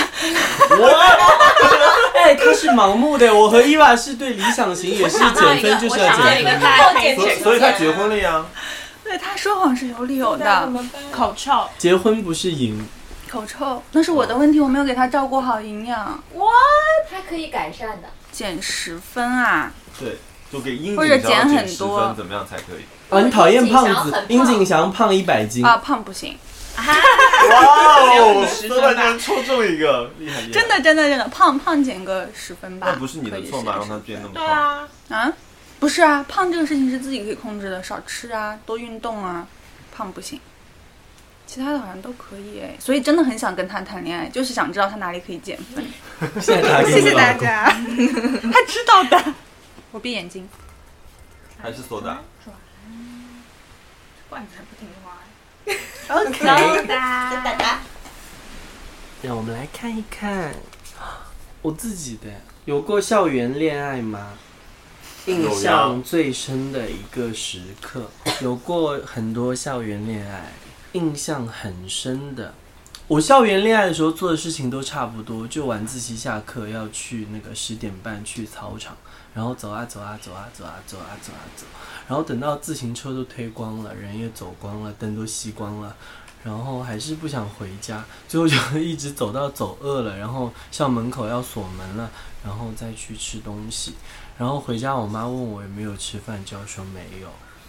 B: 哎，他是盲目的，我和伊娃是对理想型也是减分就是要减分，
A: 所以所以他结婚了呀。
F: 对，他说谎是有理由的。
C: 口臭，
B: 结婚不是赢。
F: 口臭，那是我的问题，我没有给他照顾好营养。
E: 哇，他可以改善的。
F: 减十分啊？
A: 对，就给樱
F: 井翔减十
A: 分，怎么样才可以？
B: 哦，你讨厌胖子，樱井翔胖一百斤
F: 啊，胖不行。
A: 哇哦，周大竟然抽中一个，厉害厉害！
F: 真的真的真的，胖胖减个十分吧。
A: 那不是你的错吗？让他变那么胖？
C: 对啊，
F: 啊，不是啊，胖这个事情是自己可以控制的，少吃啊，多运动啊，胖不行。其他的好像都可以哎，所以真的很想跟他谈恋爱，就是想知道他哪里可以减分。
B: 谢
F: 谢大家，他知道的。我闭眼睛。
A: 还是索打。
C: 不然你才不听话欸。
F: OK，
C: 哒
E: 哒哒。
B: 让我们来看一看我自己的，有过校园恋爱吗？印象最深的一个时刻，有过很多校园恋爱，印象很深的。我校园恋爱的时候做的事情都差不多，就晚自习下课要去那个十点半去操场，然后走啊走啊走啊走啊走啊走啊走，然后等到自行车都推光了，人也走光了，灯都熄光了，然后还是不想回家，最后就一直走到走饿了，然后校门口要锁门了，然后再去吃东西，然后回家我妈问我有没有吃饭，就要说没有。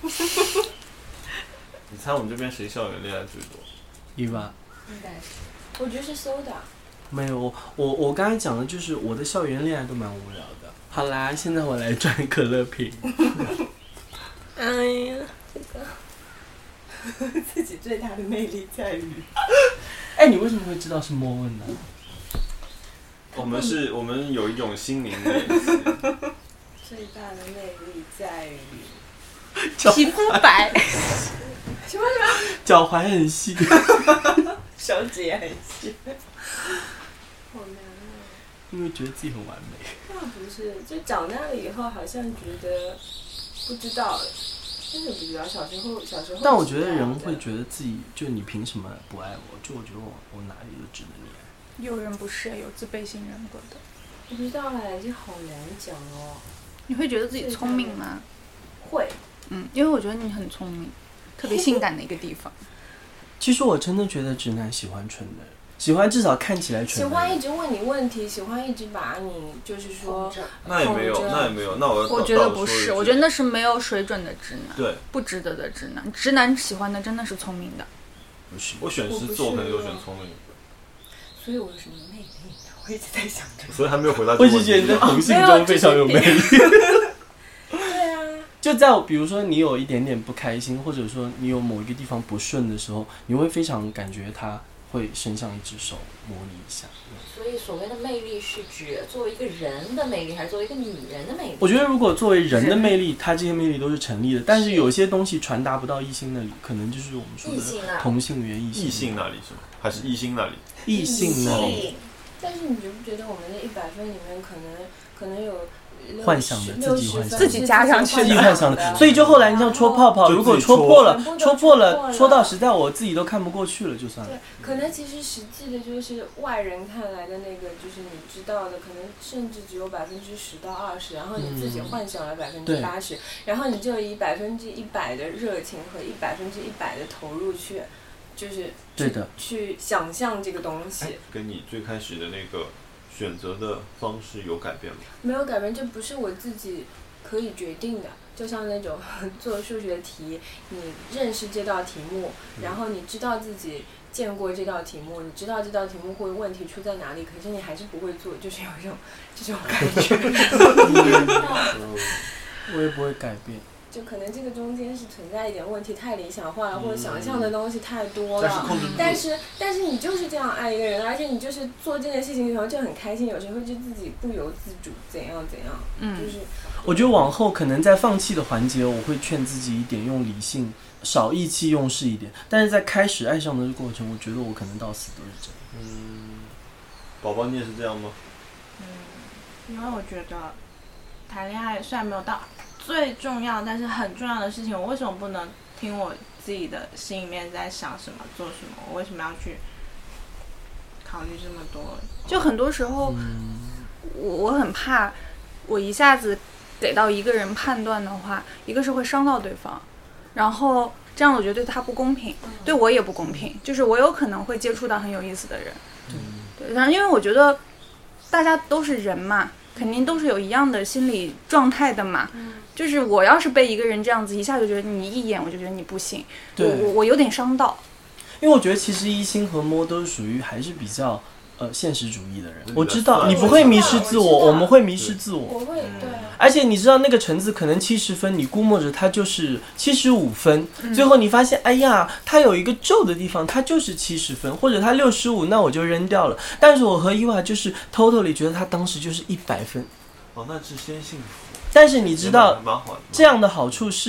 A: 你猜我们这边谁校园恋爱最多？
B: 伊娃。
D: 应该是，我觉得是 soda。
B: 没有，我我我刚才讲的就是我的校园恋爱都蛮无聊的。好啦，现在我来转可乐瓶。
D: 哎呀，这个自己最大的魅力在于，
B: 哎，你为什么会知道是莫问呢？
A: 我们是，我们有一种心灵联系。
D: 最大的魅力在于
F: 皮肤白，
D: 什么什么？
B: 脚踝很细。
D: 手指也很细。好难啊！
B: 因为觉得自己很完美。
D: 那不是，就长大了以后好像觉得不知道，真的不知道。小时候，小时候。
B: 但我觉得人会觉得自己，就你凭什么不爱我？就我觉得我我哪里都值得你爱。
F: 有人不是有自卑型人格的。
D: 我不知道哎，这好难讲哦。
F: 你会觉得自己聪明吗？
D: 会。
F: 嗯，因为我觉得你很聪明，特别性感的一个地方。
B: 其实我真的觉得直男喜欢蠢的人，喜欢至少看起来蠢的人。
D: 喜欢一直问你问题，喜欢一直把你就是说。
A: 那也没有，那也没有，那我
F: 我觉得不是，我觉得那是没有水准的直男，
A: 对，
F: 不值得的直男。直男喜欢的真的是聪明的。
B: 不是，
A: 我选狮子，我可能就选聪明。
D: 所以我有什么魅力呢？我一直在想着。
A: 所以还没有回答。
B: 我一直觉得你在同性中非常有魅力。
D: 对啊。
B: 就在比如说你有一点点不开心，或者说你有某一个地方不顺的时候，你会非常感觉他会伸上一只手摸你一下。
E: 所以所谓的魅力是指作为一个人的魅力，还是作为一个女人的魅力？
B: 我觉得如果作为人的魅力，他这些魅力都是成立的，但是有些东西传达不到异性那里，可能就是我们说的同性缘异性。
A: 异性那里是吗？还是异性那里？
B: 异性那里。
D: 但是你觉不觉得我们的一百分里面可能可能有
B: 幻想的自己幻想
F: 自己加上去
B: 自己幻想的，所以就后来你像戳泡泡，如果戳破了，戳破了，戳到实在我自己都看不过去了，就算了。
D: 对，可能其实实际的就是外人看来的那个，就是你知道的，可能甚至只有百分之十到二十，然后你自己幻想了百分之八十，然后你就以百分之一百的热情和一百分之一百的投入去，就是
B: 对的
D: 去想象这个东西。
A: 跟你最开始的那个选择的方式有改变吗？
D: 没有改变，这不是我自己可以决定的。就像那种做数学题，你认识这道题目，然后你知道自己见过这道题目，你知道这道题目会问题出在哪里，可是你还是不会做，就是有这种这种感觉。
B: 我也不会改变。
D: 就可能这个中间是存在一点问题，太理想化了，或者想象的东西太多了。但是但是你就是这样爱一个人，而且你就是做这件事情的时候就很开心，有时候就自己不由自主怎样怎样。嗯，就是
B: 我觉得往后可能在放弃的环节，我会劝自己一点，用理性，少意气用事一点。但是在开始爱上的过程，我觉得我可能到死都是这样。
A: 嗯，宝宝你也是这样吗？
C: 嗯，因为我觉得谈恋爱虽然没有到最重要，但是很重要的事情，我为什么不能听我自己的心里面在想什么、做什么？我为什么要去考虑这么多？
F: 就很多时候，嗯、我我很怕，我一下子给到一个人判断的话，一个是会伤到对方，然后这样我觉得对他不公平，嗯、对我也不公平。就是我有可能会接触到很有意思的人，嗯、对，然后因为我觉得大家都是人嘛。肯定都是有一样的心理状态的嘛，嗯、就是我要是被一个人这样子一下就觉得你一眼我就觉得你不行，我我我有点伤到。
B: 因为我觉得其实一心和摸都是属于还是比较呃现实主义的人。我知道你不会迷失自我，我, 我们会迷失自我。
D: 我会对。
B: 而且你知道那个橙子可能七十分，你估摸着它就是七十五分，嗯、最后你发现，哎呀，它有一个皱的地方，它就是七十分，或者它六十五，那我就扔掉了。但是我和伊娃就是 totally 觉得他当时就是一百分。
A: 哦，那是先幸福。
B: 但是你知道，这样的好处是。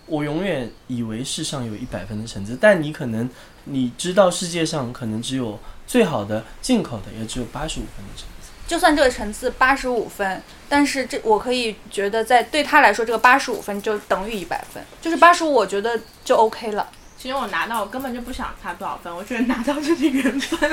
B: 我永远以为世上有一百分的橙子，但你可能你知道世界上可能只有最好的进口的也只有八十五分的橙子。
F: 就算这个层次八十五分，但是这我可以觉得在对他来说，这个八十五分就等于一百分，就是八十五，我觉得就 OK 了。
C: 其实我拿到，我根本就不想他多少分，我觉得拿到就是缘分。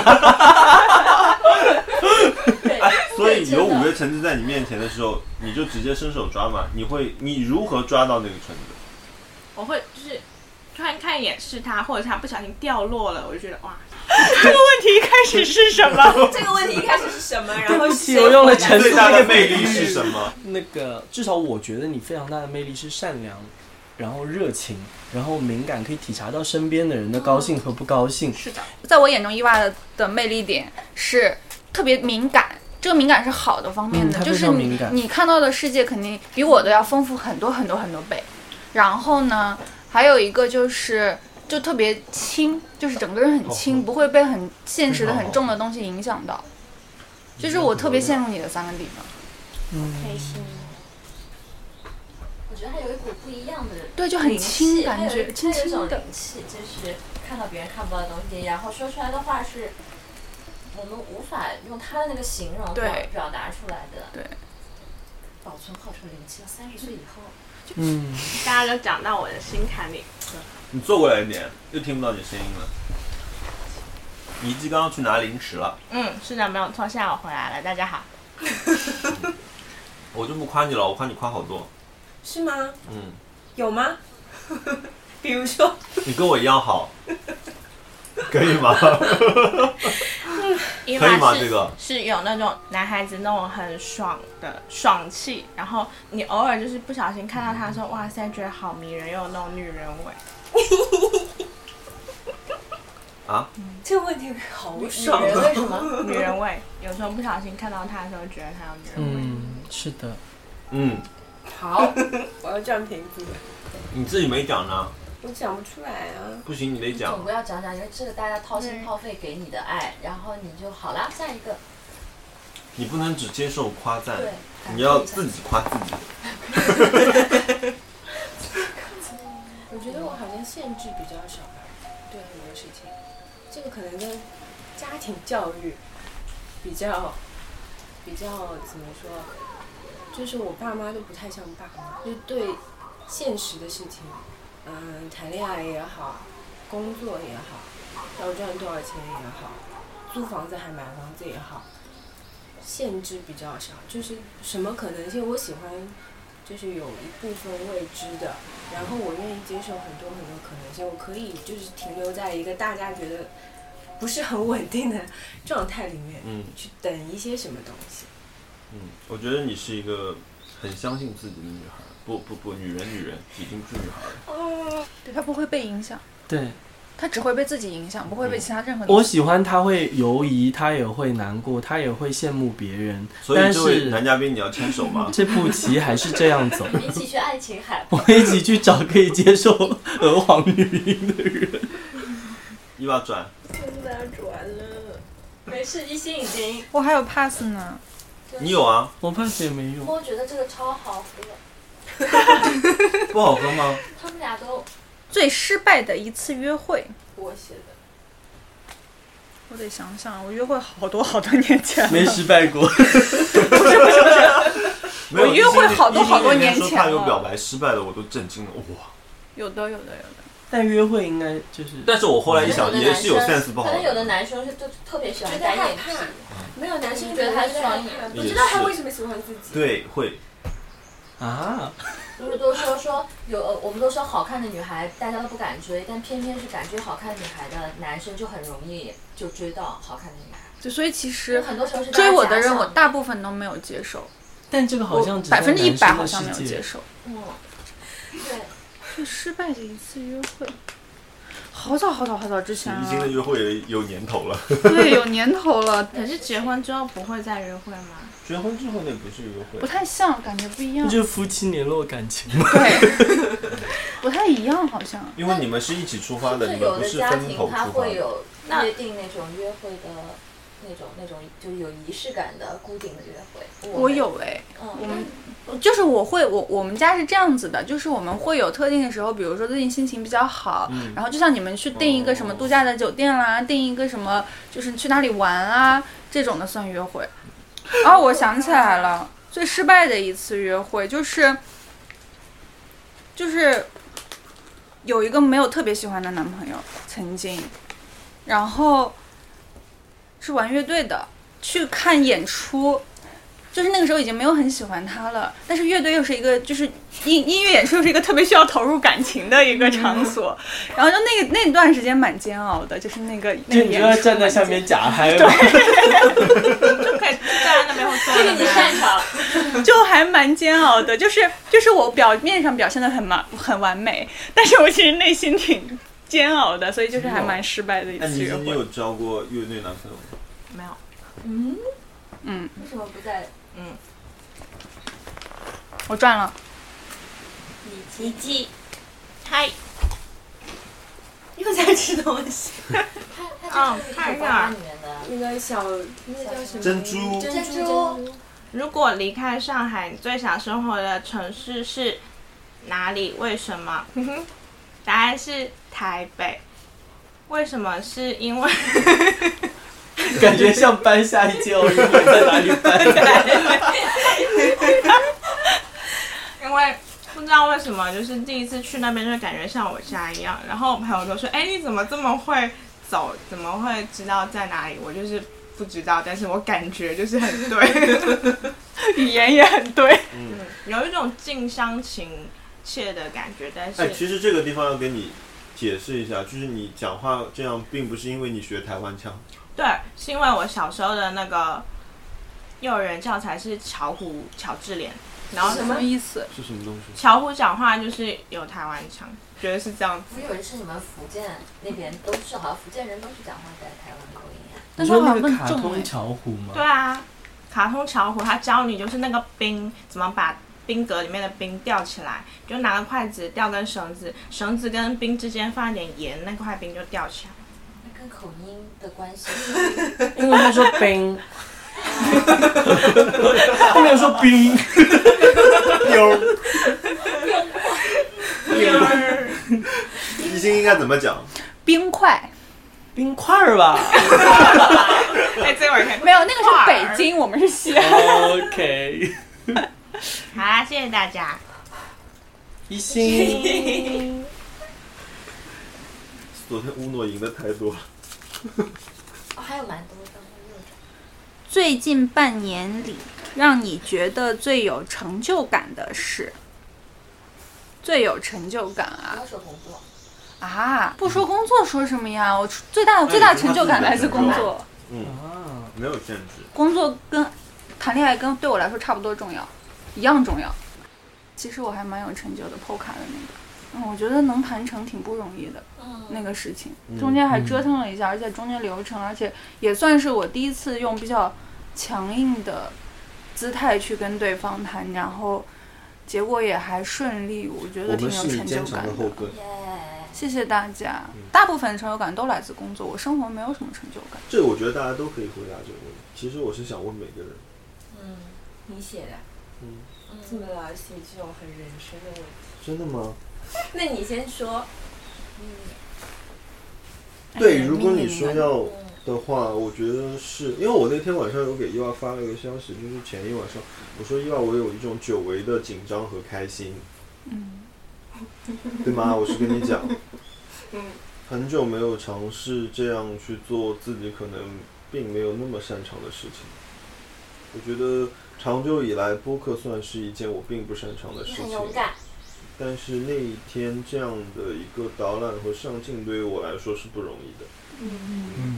A: 哎，所以有五个橙子在你面前的时候，你就直接伸手抓嘛？你会，你如何抓到那个橙子？
C: 我会就是看看一眼是他，或者是他不小心掉落了，我就觉得哇。
F: 这个问题一开始是什么？
D: 这个问题一开始是什么？然后
B: 对不起，我用了橙子
A: 最大的魅力是什么？
B: 那个至少我觉得你非常大的魅力是善良，然后热情，然后敏感，可以体察到身边的人的高兴和不高兴。
F: 是的，在我眼中，伊娃的的魅力点是特别敏感。这个敏感是好的方面的，
B: 嗯、
F: 就是你你看到的世界肯定比我的要丰富很多很多很多倍。然后呢，还有一个就是就特别轻，就是整个人很轻，不会被很现实的很重的东西影响到。就是我特别羡慕你的三个地方。
B: 嗯，
E: 开心。我觉得它有一股不一样的，
F: 对，就很轻感觉，轻轻的。
E: 有一种灵气，就是看到别人看不到的东西，然后说出来的话是我们无法用他的那个形容表表达出来的。
F: 对，
E: 保存好这个灵气，到三十岁以后。
B: 嗯，
C: 大家都讲到我的心坎里。
A: 你坐过来一点，又听不到你声音了。怡姬刚刚去拿零食了。
C: 嗯，是的，没有错。现在我回来了，大家好。
A: 我就不夸你了，我夸你夸好多。
D: 是吗？
A: 嗯。
D: 有吗？比如说。
A: 你跟我一样好。可以吗？
C: 可
A: 以吗？这个
C: 是有那种男孩子那种很爽的爽气，然后你偶尔就是不小心看到他的时候，哇塞，觉得好迷人，又有那种女人味。
A: 啊？
D: 这个问题好爽啊！
E: 女人味什么？
C: 女人味，有时候不小心看到他的时候，觉得他有女人味。
B: 嗯，是的。
A: 嗯。
D: 好，我要占便宜。
A: 你自己没讲呢。
D: 我讲不出来啊！
A: 不行，你得讲。
E: 总归要讲讲，因为这个大家掏心掏肺给你的爱，然后你就好了。下一个。
A: 你不能只接受夸赞，
E: 对，
A: 你要自己夸自己。
D: 我觉得我好像限制比较少吧，对很多事情，这个可能跟家庭教育比较比较怎么说，就是我爸妈都不太像爸妈，就对现实的事情。嗯，谈恋爱也好，工作也好，要赚多少钱也好，租房子还买房子也好，限制比较少，就是什么可能性我喜欢，就是有一部分未知的，然后我愿意接受很多很多可能性，我可以就是停留在一个大家觉得不是很稳定的状态里面，
A: 嗯，
D: 去等一些什么东西。
A: 嗯，我觉得你是一个很相信自己的女孩。不不不，女人女人已经不是女孩了。
F: 哦，对，她不会被影响。
B: 对，
F: 她只会被自己影响，不会被其他任何东西。
B: 我喜欢她会犹疑，她也会难过，她也会羡慕别人。
A: 所以这位男嘉宾，你要牵手吗？
B: 这步棋还是这样走。
E: 我们一起去爱琴海。
B: 我们一起去找可以接受娥皇女音的人。
A: 一把转。
D: 真的要转了。
E: 没事，一心已经。
F: 我还有 pass 呢。
A: 你有啊？
B: 我 pass 也没用。
E: 我觉得这个超好喝。
A: 不好喝吗？
E: 他们俩都
F: 最失败的一次约会，
D: 我写的。
F: 我得想想，我约会好多好多年前了，
B: 没失败过。
F: 不是不是不是，我约会好多好多年前了。
A: 他有表白失败的，我都震惊了，哇！
F: 有的有的有的。
B: 但约会应该就是，
A: 但是我后来一想，也是有 sense 不好。
E: 可能有的男生是就特别喜欢单眼皮，
D: 没有男生
E: 觉得他双眼，
D: 不知道他为什么喜欢自己。
A: 对，会。
B: 啊，
E: 不是都说说有，我们都说好看的女孩大家都不敢追，但偏偏是敢追好看女孩的男生就很容易就追到好看的女孩。
F: 就所以其实
E: 很多时候是
F: 追我的人，我大部分都没有接受。
B: 但这个好像
F: 百分之一百好像没有接受。
E: 嗯，对。
F: 最失败的一次约会，好早好早好早之前了。
A: 已经的约会有年头了。
F: 对，有年头了。
C: 可是结婚之后不会再约会吗？
A: 结婚之后那不是约会，
F: 不太像，感觉不一样。
B: 那就是夫妻联络感情吗？
F: 对，不太一样好像。
A: 因为你们是一起出发的，你们不是
E: 有的家
A: 分头出发的。
E: 庭他会有约定那种约会的那种那种就是有仪式感的固定的约会？
F: 我有哎，
E: 嗯，
F: 我们就是我会我我们家是这样子的，就是我们会有特定的时候，比如说最近心情比较好，
A: 嗯
F: 然后就像你们去订一个什么度假的酒店啦，订一个什么就是去哪里玩啊这种的算约会。哦，我想起来了，最失败的一次约会就是就是有一个没有特别喜欢的男朋友，曾经，然后是玩乐队的，去看演出。就是那个时候已经没有很喜欢他了，但是乐队又是一个就是音音乐演出又是一个特别需要投入感情的一个场所，嗯、然后就那个那段时间蛮煎熬的，就是那个那个演出。就你
B: 就要站在下面假嗨吗？
C: 就可以站在那边或坐在那边。
E: 这个你擅长。
F: 就还蛮煎熬的，就是就是我表面上表现的很完很完美，但是我其实内心挺煎熬的，所以就是还蛮失败的一次约会。
A: 你有交过乐队男朋友吗？
C: 没有。
E: 嗯
F: 嗯。
E: 为什么不在？
C: 嗯，
F: 我赚了。
E: 你记，
C: 嗨，
D: 又在吃东西。
E: 它它就是一个包里面的
D: 那个小那个叫什么？
A: 珍珠。
E: 珍珠。
C: 如果离开上海，你最想生活的城市是哪里？为什么？答案是台北。为什么？是因为
B: 感觉像搬下一届奥运会在哪里办？
C: 因为不知道为什么，就是第一次去那边就感觉像我家一样。然后我朋友都说：“哎，你怎么这么会走？怎么会知道在哪里？”我就是不知道，但是我感觉就是很对，
F: 语言也很对，
C: 嗯，有一种近乡情切的感觉。但是，
A: 哎，其实这个地方要给你解释一下，就是你讲话这样，并不是因为你学台湾腔。
C: 对，是因为我小时候的那个幼儿园教材是巧虎乔治连，然后
F: 什么意思？
A: 是什么东西？
C: 巧虎讲话就是有台湾腔，觉得是这样子。
E: 我以为是你们福建那边都是，好像福建人都是讲话带台湾口音呀。
B: 你说那个卡通巧虎吗？
C: 对啊，卡通巧虎，他教你就是那个冰怎么把冰格里面的冰吊起来，就拿个筷子吊根绳子，绳子跟冰之间放一点盐，那块冰就吊起来。
E: 那跟口音的关系？
B: 因为他说冰，他没有说冰。
A: 有。一心应该怎么讲？
F: 冰块。
B: 冰块儿吧。
C: 哎，这会儿看
F: 没有，那个是北京，我们是西安。
B: OK。
C: 好啦，谢谢大家。
B: 一心。
A: 昨天乌诺赢的太多了。
E: 哦，还有蛮多的。
F: 最近半年里，让你觉得最有成就感的事。最有成就感啊！
E: 不要说工作。
F: 啊，不说工作说什么呀？我最大的最大成就感来自工作。
A: 嗯啊，没有限制。
F: 工作跟谈恋爱跟对我来说差不多重要，一样重要。其实我还蛮有成就的 ，P O K A 的那个。嗯，我觉得能谈成挺不容易的，嗯、那个事情中间还折腾了一下，嗯、而且中间流程，而且也算是我第一次用比较强硬的姿态去跟对方谈，然后结果也还顺利，我觉得挺有成就感的。
A: 的后盾。
F: 谢谢大家。大部分成就感都来自工作，我生活没有什么成就感。
A: 这个我觉得大家都可以回答这个问题。其实我是想问每个人。
D: 嗯，你写的。
A: 嗯。
D: 这么老写这种很人生的问题。
A: 真的吗？
D: 那你先说。
A: 嗯。对，如果你说要的话，我觉得是因为我那天晚上有给伊娃发了一个消息，就是前一晚上我说伊娃，我有一种久违的紧张和开心。
F: 嗯。
A: 对吗？我是跟你讲。嗯。很久没有尝试这样去做自己可能并没有那么擅长的事情。我觉得长久以来播客算是一件我并不擅长的事情。
E: 很勇敢。
A: 但是那一天这样的一个导览和上镜对于我来说是不容易的。
B: 嗯。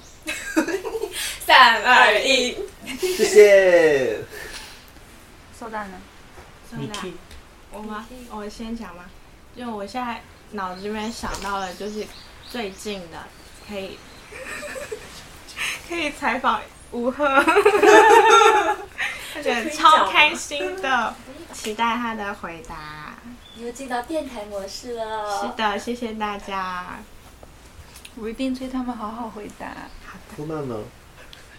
D: 三二一，
A: 谢谢。
F: 收蛋呢？
C: 收蛋。我吗？我先讲吗？就我现在脑子里面想到了，就是最近的可以可以采访吴赫，我觉得超开心的，期待他的回答。
E: 你又进到电台模式了。
C: 是的，谢谢大家。
F: 我一定催他们好好回答。
C: 好的。
A: 苏娜呢？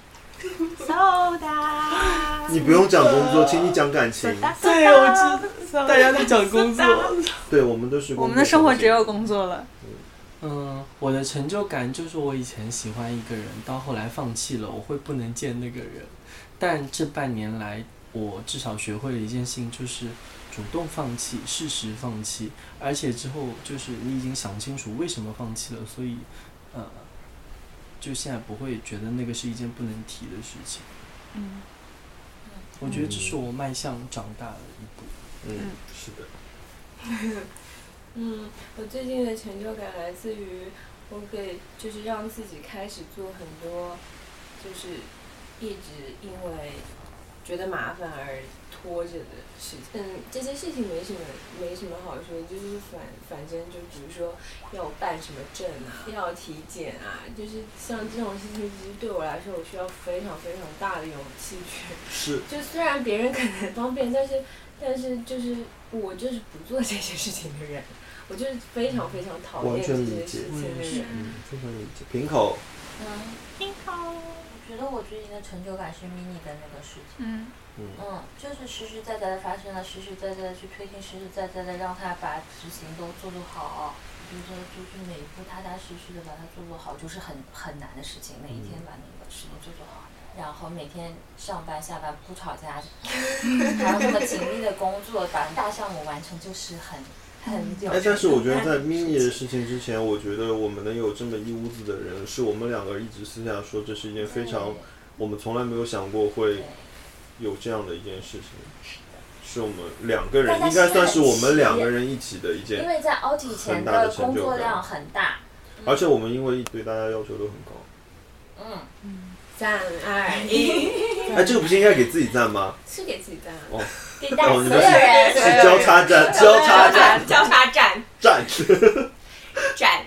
C: soda。
A: 你不用讲工作，请你讲感情。
B: 对，我知道大家在讲工作。
A: 对，我们都是工作。
F: 我们的生活只有工作了。
B: 嗯，我的成就感就是我以前喜欢一个人，到后来放弃了，我会不能见那个人。但这半年来，我至少学会了一件事情，就是主动放弃，适时放弃，而且之后就是你已经想清楚为什么放弃了，所以，呃，就现在不会觉得那个是一件不能提的事情。
F: 嗯，
B: 我觉得这是我迈向长大的一步。
A: 嗯，是的。
D: 嗯，我最近的成就感来自于我给就是让自己开始做很多，就是一直因为觉得麻烦而拖着的事情。嗯，这些事情没什么没什么好说，就是反反正就比如说要办什么证啊，要体检啊，就是像这种事情，其实对我来说，我需要非常非常大的勇气去。
A: 是。
D: 就虽然别人可能方便，但是但是就是我就是不做这些事情的人。我就是非常非常讨厌这些事情的人。
A: 嗯，非常理解。平口。
E: 嗯，
C: 平口。
E: 我觉得我最近的成就感是 mini 的那个事情。
F: 嗯。
E: 嗯，就是实实在在的发生了，实实在在的去推进，实实在在的让他把执行都做做好。我觉得就是每一步踏踏实实的把它做做好，就是很很难的事情。每一天把那个事情做做好，然后每天上班下班不吵架，还有那么紧密的工作，把大项目完成，就是很。
A: 哎，但是我觉得在 mini 的事情之前，我觉得我们能有这么一屋子的人，是我们两个一直私下说，这是一件非常，我们从来没有想过会有这样的一件事情，是我们两个人，应该算是我们两个人一起的一件，
E: 因为在奥体前的工作量很大，
A: 而且我们因为对大家要求都很高。
E: 嗯
D: 嗯，三二一，
A: 哎，这个不是应该给自己赞吗？
D: 是给自己赞啊。
A: 哦。
E: 给大家所有人
A: 是交叉站，交叉站，
D: 交叉站，
A: 站，
D: 站。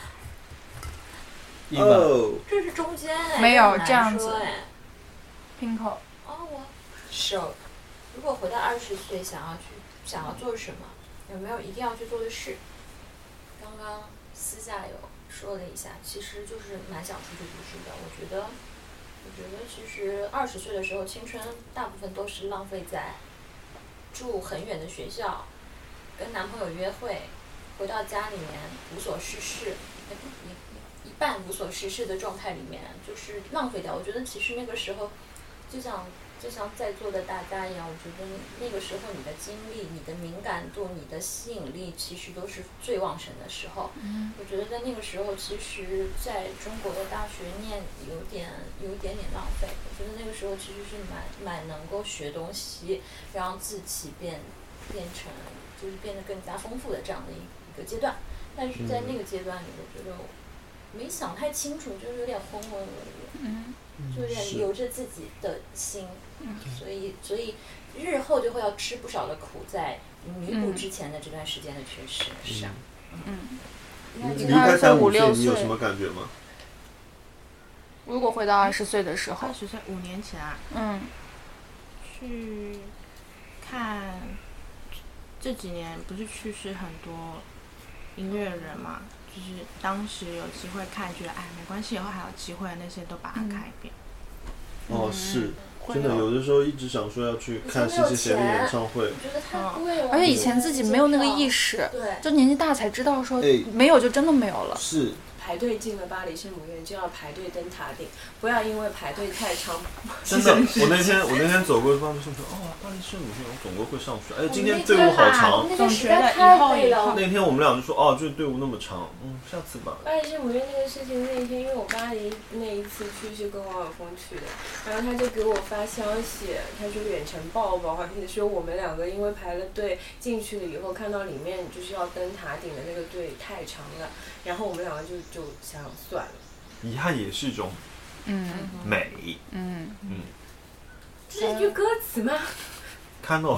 A: 哦，
E: 这是中间哎，
F: 没有这样子。
E: 平口。哦，我手。如果回到二十岁，想要去想要做什么？有没有一定要去做的事？刚刚私下有说了一下，其实就是蛮想出去读书的。我觉得，我觉得其实二十岁的时候，青春大部分都是浪费在。住很远的学校，跟男朋友约会，回到家里面无所事事，一一半无所事事的状态里面，就是浪费掉。我觉得其实那个时候，就像就像在座的大家一样，我觉得那个时候你的精力、你的敏感度、你的吸引力，其实都是最旺盛的时候。
F: 嗯、
E: 我觉得在那个时候，其实在中国的大学念有点有一点点浪费。我觉得那个时候其实是蛮蛮能够学东西，让自己变变成就是变得更加丰富的这样的一一个阶段。但是在那个阶段里，我觉得我没想太清楚，就是有点浑浑噩噩。
F: 嗯。
E: 就有点由着自己的心，嗯、所以所以日后就会要吃不少的苦，在弥补之前的这段时间的缺失上。
F: 嗯。
A: 你离开三五岁，你有什么感觉吗？
F: 如果回到二十岁的时候，
C: 二十岁五年前啊，
F: 嗯，
C: 去看这几年不是去世很多音乐人嘛？就是当时有机会看，觉得哎没关系，以后还有机会，那些都把它看一遍。
A: 嗯、哦，是，真的有的时候一直想说要去看谢谢贤的演唱会，
E: 我觉得太贵了。
F: 而且以前自己没有那个意识，就年纪大才知道说没有就真的没有了。
A: 是。
D: 排队进了巴黎圣母院，就要排队登塔顶，不要因为排队太长。
A: 真的，我那天我那天走过巴黎圣母院，哦，巴黎圣母院，我总归会上去。哎，今天队伍好长。
E: 总觉得以后以后。
A: 那天我们俩就说，哦，这队伍那么长，嗯，下次吧。
D: 巴黎圣母院那个事情那一天，因为我巴黎那一次去是跟王晓峰去的，然后他就给我发消息，他说远程抱抱，而且说我们两个因为排了队进去了以后，看到里面就是要登塔顶的那个队太长了，然后我们两个就就想算了。
A: 遗憾也是一种
F: 嗯
A: 美。
F: 嗯
A: 嗯，
D: 这是一句歌词吗？
A: 看到。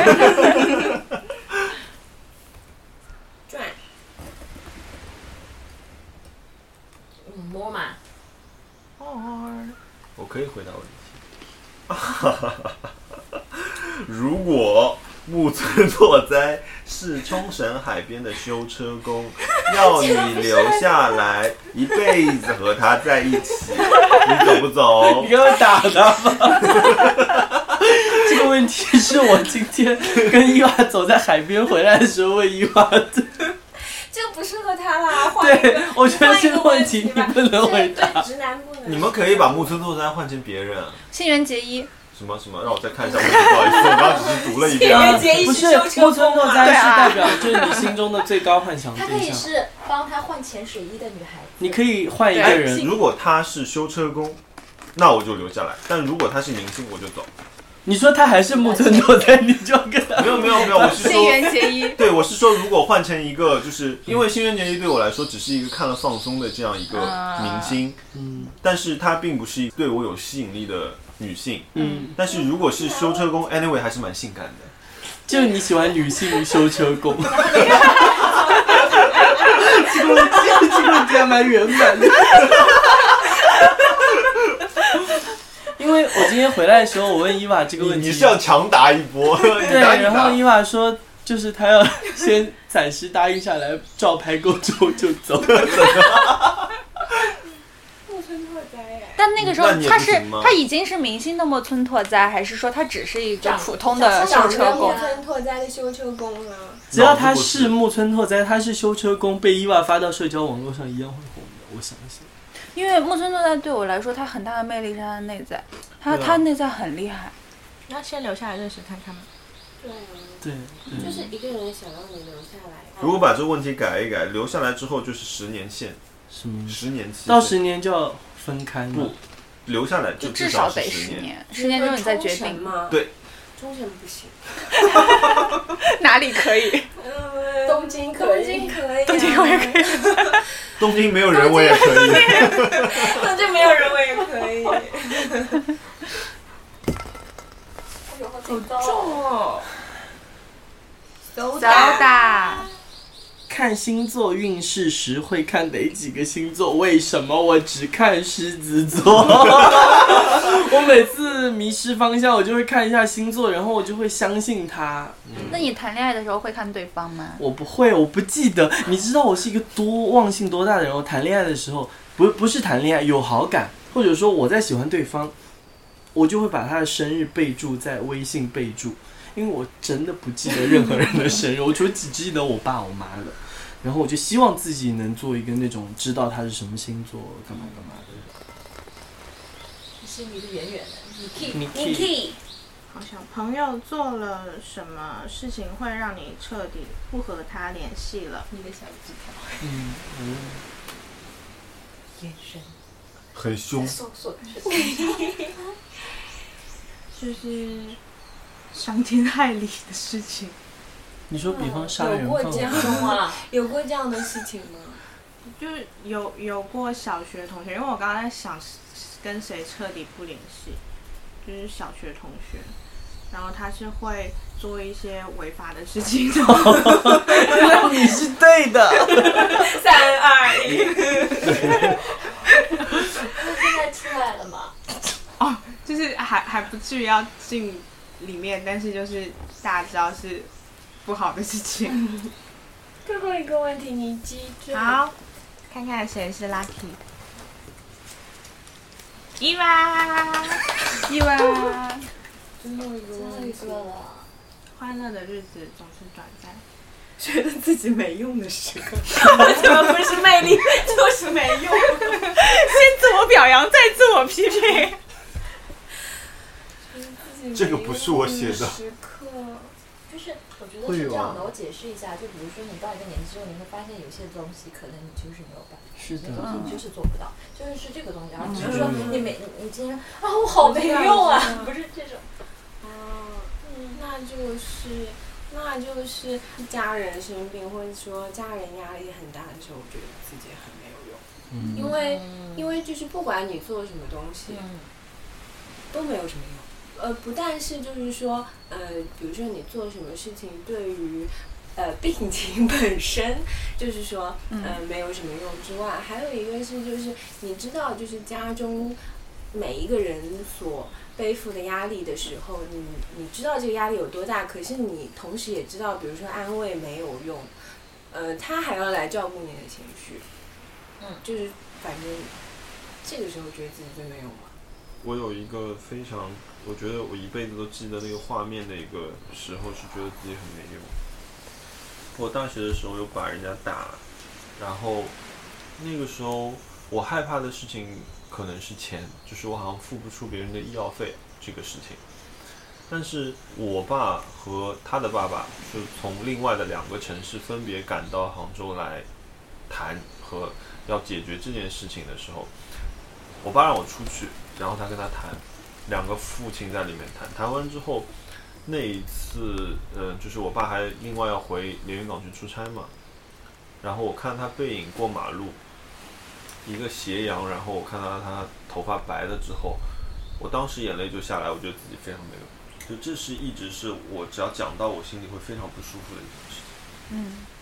D: 转。
E: 嗯，摸嘛。
C: 哦。
A: 我可以回答问题。如果木村拓哉是冲绳海边的修车工，要你留下来一辈子和他在一起，你走不走？
B: 你给我打他吧！这个问题是我今天跟伊娃走在海边回来的时候问伊娃的。
D: 这个不适合他啦，换一个。
B: 对，我觉得这个问题你不能回答。
D: 对直男不能。
A: 你们可以把木村拓哉换成别人。
F: 新垣结衣。
A: 什么什么？让我再看一下问题，不好意思，我刚刚只是读了一遍。
B: 不是木村拓哉是代表就是你心中的最高幻想对象。
E: 她可以是帮他换潜水衣的女孩子。
B: 你可以换一个人。
A: 如果他是修车工，那我就留下来；但如果他是明星，我就走。
B: 你说他还是木村拓哉，你就跟他
A: 没有没有没有，我是说
F: 新垣结衣。
A: 对，我是说如果换成一个，就是因为新垣结衣对我来说只是一个看了放松的这样一个明星，嗯，但是她并不是对我有吸引力的女性，嗯，但是如果是修车工 ，anyway 还是蛮性感的。
B: 就是你喜欢女性修车工。这个问题，这个问题还蛮圆满的。因为我今天回来的时候，我问伊娃这个问题，
A: 你是要强答一波？
B: 对，然后伊娃说，就是她要先暂时答应下来，照拍够之后就走。
D: 木村拓哉耶！
F: 但那个时候他是他已经是明星的木村拓哉，还是说他只是一个普通的修车工？
D: 木村拓哉的修车工呢？
B: 只要他是木村拓哉，他是修车工，被伊娃发到社交网络上一样会红的，我相信。
F: 因为木村拓哉对我来说，他很大的魅力是他的内在，他、啊、他内在很厉害。
C: 那先留下来认识看看吗？
D: 对啊，
B: 对，
D: 就是一个人想让你留下来。
A: 如果把这个问题改一改，留下来之后就是十年线，
B: 什么？
A: 十年期
B: 到十年就要分开
A: 不，留下来就
F: 至
A: 少
F: 得十年，十年之后你再决定
D: 吗？
A: 对，
D: 冲绳不行。
F: 哪里可以？
D: 东京可以，东京可以，
F: 东京我也可以。
A: 东京没有人我也可以。
D: 东京没有人我也可以。
E: 好
D: 重哦。
F: 走打。
B: 看星座运势时会看哪几个星座？为什么我只看狮子座？我每次迷失方向，我就会看一下星座，然后我就会相信他。
F: 嗯、那你谈恋爱的时候会看对方吗？
B: 我不会，我不记得。你知道我是一个多忘性多大的人？我谈恋爱的时候，不不是谈恋爱，有好感，或者说我在喜欢对方，我就会把他的生日备注在微信备注，因为我真的不记得任何人的生日，我就只记得我爸我妈的。然后我就希望自己能做一个那种知道他是什么星座，干嘛干嘛的。
E: 心离得远远的，你 keep，
B: 你
E: keep。
C: 好想朋友做了什么事情会让你彻底不和他联系了？
E: 你的小纸条。
B: 嗯嗯。
E: 眼神。
A: 很凶。
E: 搜索的是。
C: 就是伤天害理的事情。
B: 你说，比方杀人
D: 有过这样吗？有过这样的事情吗？
C: 就是有有过小学同学，因为我刚刚在想跟谁彻底不联系，就是小学同学，然后他是会做一些违法的事情的。
B: 那你是对的。
D: 三二一。
E: 那现在出来了吗？
C: 哦，就是还还不至于要进里面，但是就是大家知道是不好的事情。
D: 最后一个问题你记住。
C: 好，看看谁是 lucky。伊娃，伊娃。
D: 最后一个问题了。
C: 欢乐的日子总是短暂。
D: 觉得自己没用的时刻，怎么不是魅力就是没用？
F: 先自我表扬，再自我批评。
A: 这个不是我写的。
E: 就是我觉得是这样的，我解释一下，就比如说你到一个年纪之后，你会发现有些东西可能你就是没有办法，
B: 是的，
E: 有些东西你就是做不到，就是是这个东西，而不是说你每你今天啊我好没用啊，不是这种。
D: 哦，那就是那就是家人生病，或者说家人压力很大的时候，我觉得自己很没有用，嗯、因为因为就是不管你做什么东西，嗯、都没有什么用。呃，不但是就是说，呃，比如说你做什么事情对于，呃，病情本身，就是说，呃，没有什么用之外，还有一个是就是你知道，就是家中每一个人所背负的压力的时候，你你知道这个压力有多大，可是你同时也知道，比如说安慰没有用，呃，他还要来照顾你的情绪，嗯，就是反正这个时候觉得自己最没用吧。
A: 我有一个非常，我觉得我一辈子都记得那个画面的一个时候，是觉得自己很没用。我大学的时候又把人家打，然后那个时候我害怕的事情可能是钱，就是我好像付不出别人的医药费这个事情。但是我爸和他的爸爸就从另外的两个城市分别赶到杭州来谈和要解决这件事情的时候，我爸让我出去，然后他跟他谈，两个父亲在里面谈，谈完之后，那一次，呃，就是我爸还另外要回连云港去出差嘛，然后我看他背影过马路，一个斜阳，然后我看到他头发白了之后，我当时眼泪就下来，我觉得自己非常没有，就这是一直是我只要讲到我心里会非常不舒服的一件事情。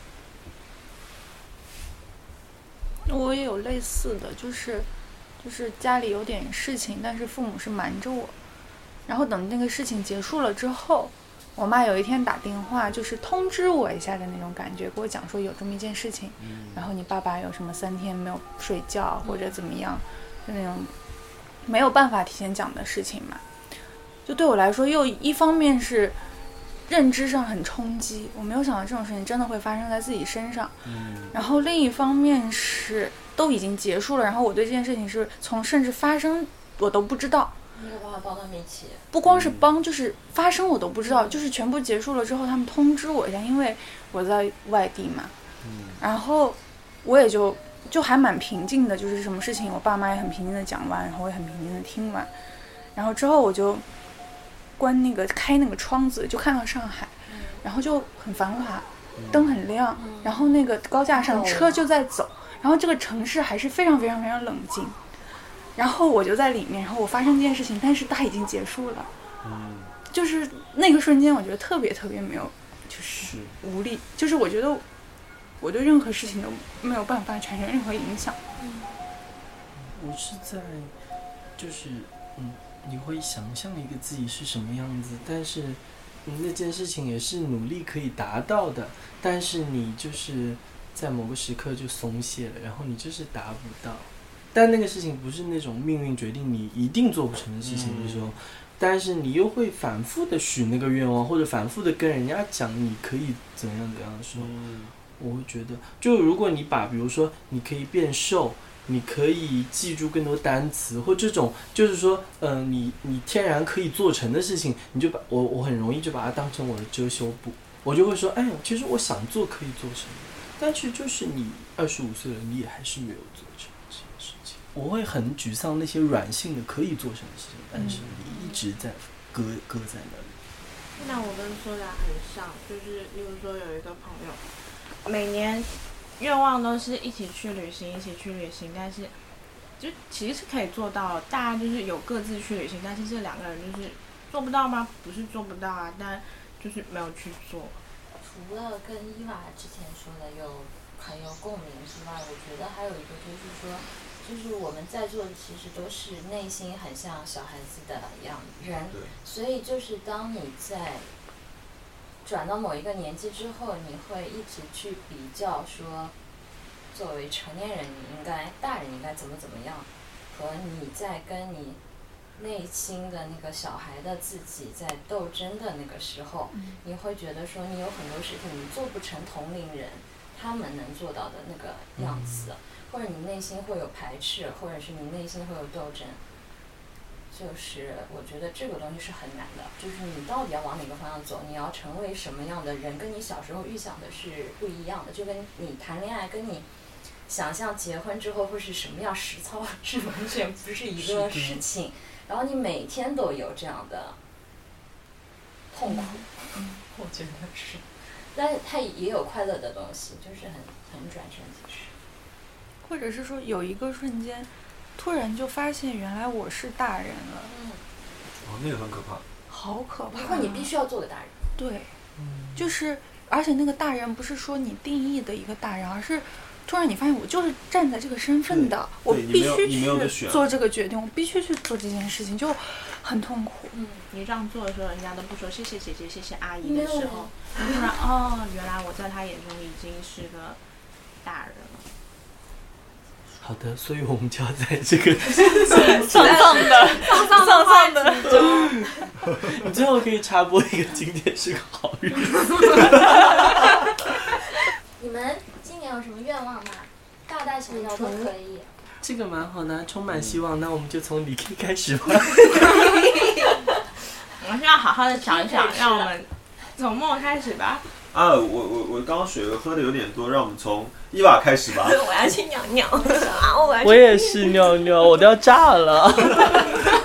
F: 嗯，我也有类似的，就是就是家里有点事情，但是父母是瞒着我，然后等那个事情结束了之后，我妈有一天打电话，就是通知我一下的那种感觉，给我讲说有这么一件事情，然后你爸爸有什么三天没有睡觉或者怎么样，就那种没有办法提前讲的事情嘛。就对我来说，又一方面是认知上很冲击，我没有想到这种事情真的会发生在自己身上，然后另一方面是都已经结束了，然后我对这件事情是从甚至发生我都不知道，
E: 没有办法帮他们一起，
F: 不光是帮，就是发生我都不知道，就是全部结束了之后他们通知我一下，因为我在外地嘛，然后我也就就还蛮平静的，就是什么事情我爸妈也很平静的讲完，然后我也很平静的听完，然后之后我就关那个开那个窗子，就看到上海，然后就很繁华，灯很亮，然后那个高架上车就在走，然后这个城市还是非常非常非常冷静，然后我就在里面，然后我发生这件事情，但是它已经结束了，就是那个瞬间我觉得特别特别没有，就是无力，就是我觉得我对任何事情都没有办法产生任何影响。
B: 我是在就是嗯你会想象一个自己是什么样子，但是、嗯、那件事情也是努力可以达到的，但是你就是在某个时刻就松懈了，然后你就是达不到，但那个事情不是那种命运决定你一定做不成的事情的时候、嗯、但是你又会反复的许那个愿望，或者反复的跟人家讲你可以怎样怎样的时候、嗯、我会觉得就如果你把比如说你可以变瘦，你可以记住更多单词，或这种就是说，嗯、呃，你你天然可以做成的事情，你就把我我很容易就把它当成我的遮羞布，我就会说，哎呀，其实我想做可以做成，但是就是你二十五岁了，你也还是没有做成这件事情。我会很沮丧那些软性的可以做成的事情，但是你一直在搁搁在那里。
C: 那我跟苏雅很像，就是例如说有一个朋友，每年愿望都是一起去旅行，一起去旅行，但是就其实是可以做到，大家就是有各自去旅行，但是这两个人就是做不到吗？不是做不到啊，但就是没有去做。
E: 除了跟伊娃之前说的有很有共鸣之外，我觉得还有一个就是说，就是我们在座的其实都是内心很像小孩子的样人，所以就是当你在转到某一个年纪之后，你会一直去比较说，作为成年人你应该，大人应该怎么怎么样，和你在跟你内心的那个小孩的自己在斗争的那个时候，你会觉得说你有很多事情你做不成同龄人他们能做到的那个样子，或者你内心会有排斥，或者是你内心会有斗争。就是我觉得这个东西是很难的，就是你到底要往哪个方向走，你要成为什么样的人，跟你小时候预想的是不一样的，就跟你谈恋爱跟你想象结婚之后会是什么样实操是完全不是一个事情，然后你每天都有这样的痛苦、嗯、我觉得是，但是它也有快乐的东西，就是很很转身其实，
F: 或者是说有一个瞬间突然就发现原来我是大人了。嗯，
A: 哦，那个很可怕，
F: 好可怕、啊！
E: 因为你必须要做个大人。
F: 对，嗯、就是而且那个大人不是说你定义的一个大人，而是突然你发现我就是站在这个身份的，我必须去做这个决定，我必须去做这件事情，就很痛苦。
C: 嗯，你这样做的时候，人家都不说谢谢姐姐、谢谢阿姨的时候，突然哦，原来我在他眼中已经是个大人了。
B: 好的，所以我们就要在这个
F: 丧丧的、丧丧丧的。
B: 你最后可以插播一个今天是个好日子。
G: 你们今年有什么愿望吗？大大小小都可以。
B: 这个蛮好的，充满希望。那我们就从李 K 开始吧。
C: 我们需要好好的想一想，让我们从梦开始吧。
A: 啊，我我我刚刚水喝的有点多，让我们从伊娃开始吧。
D: 我要去尿尿啊！我要去
B: 我也是尿尿，我都要炸了。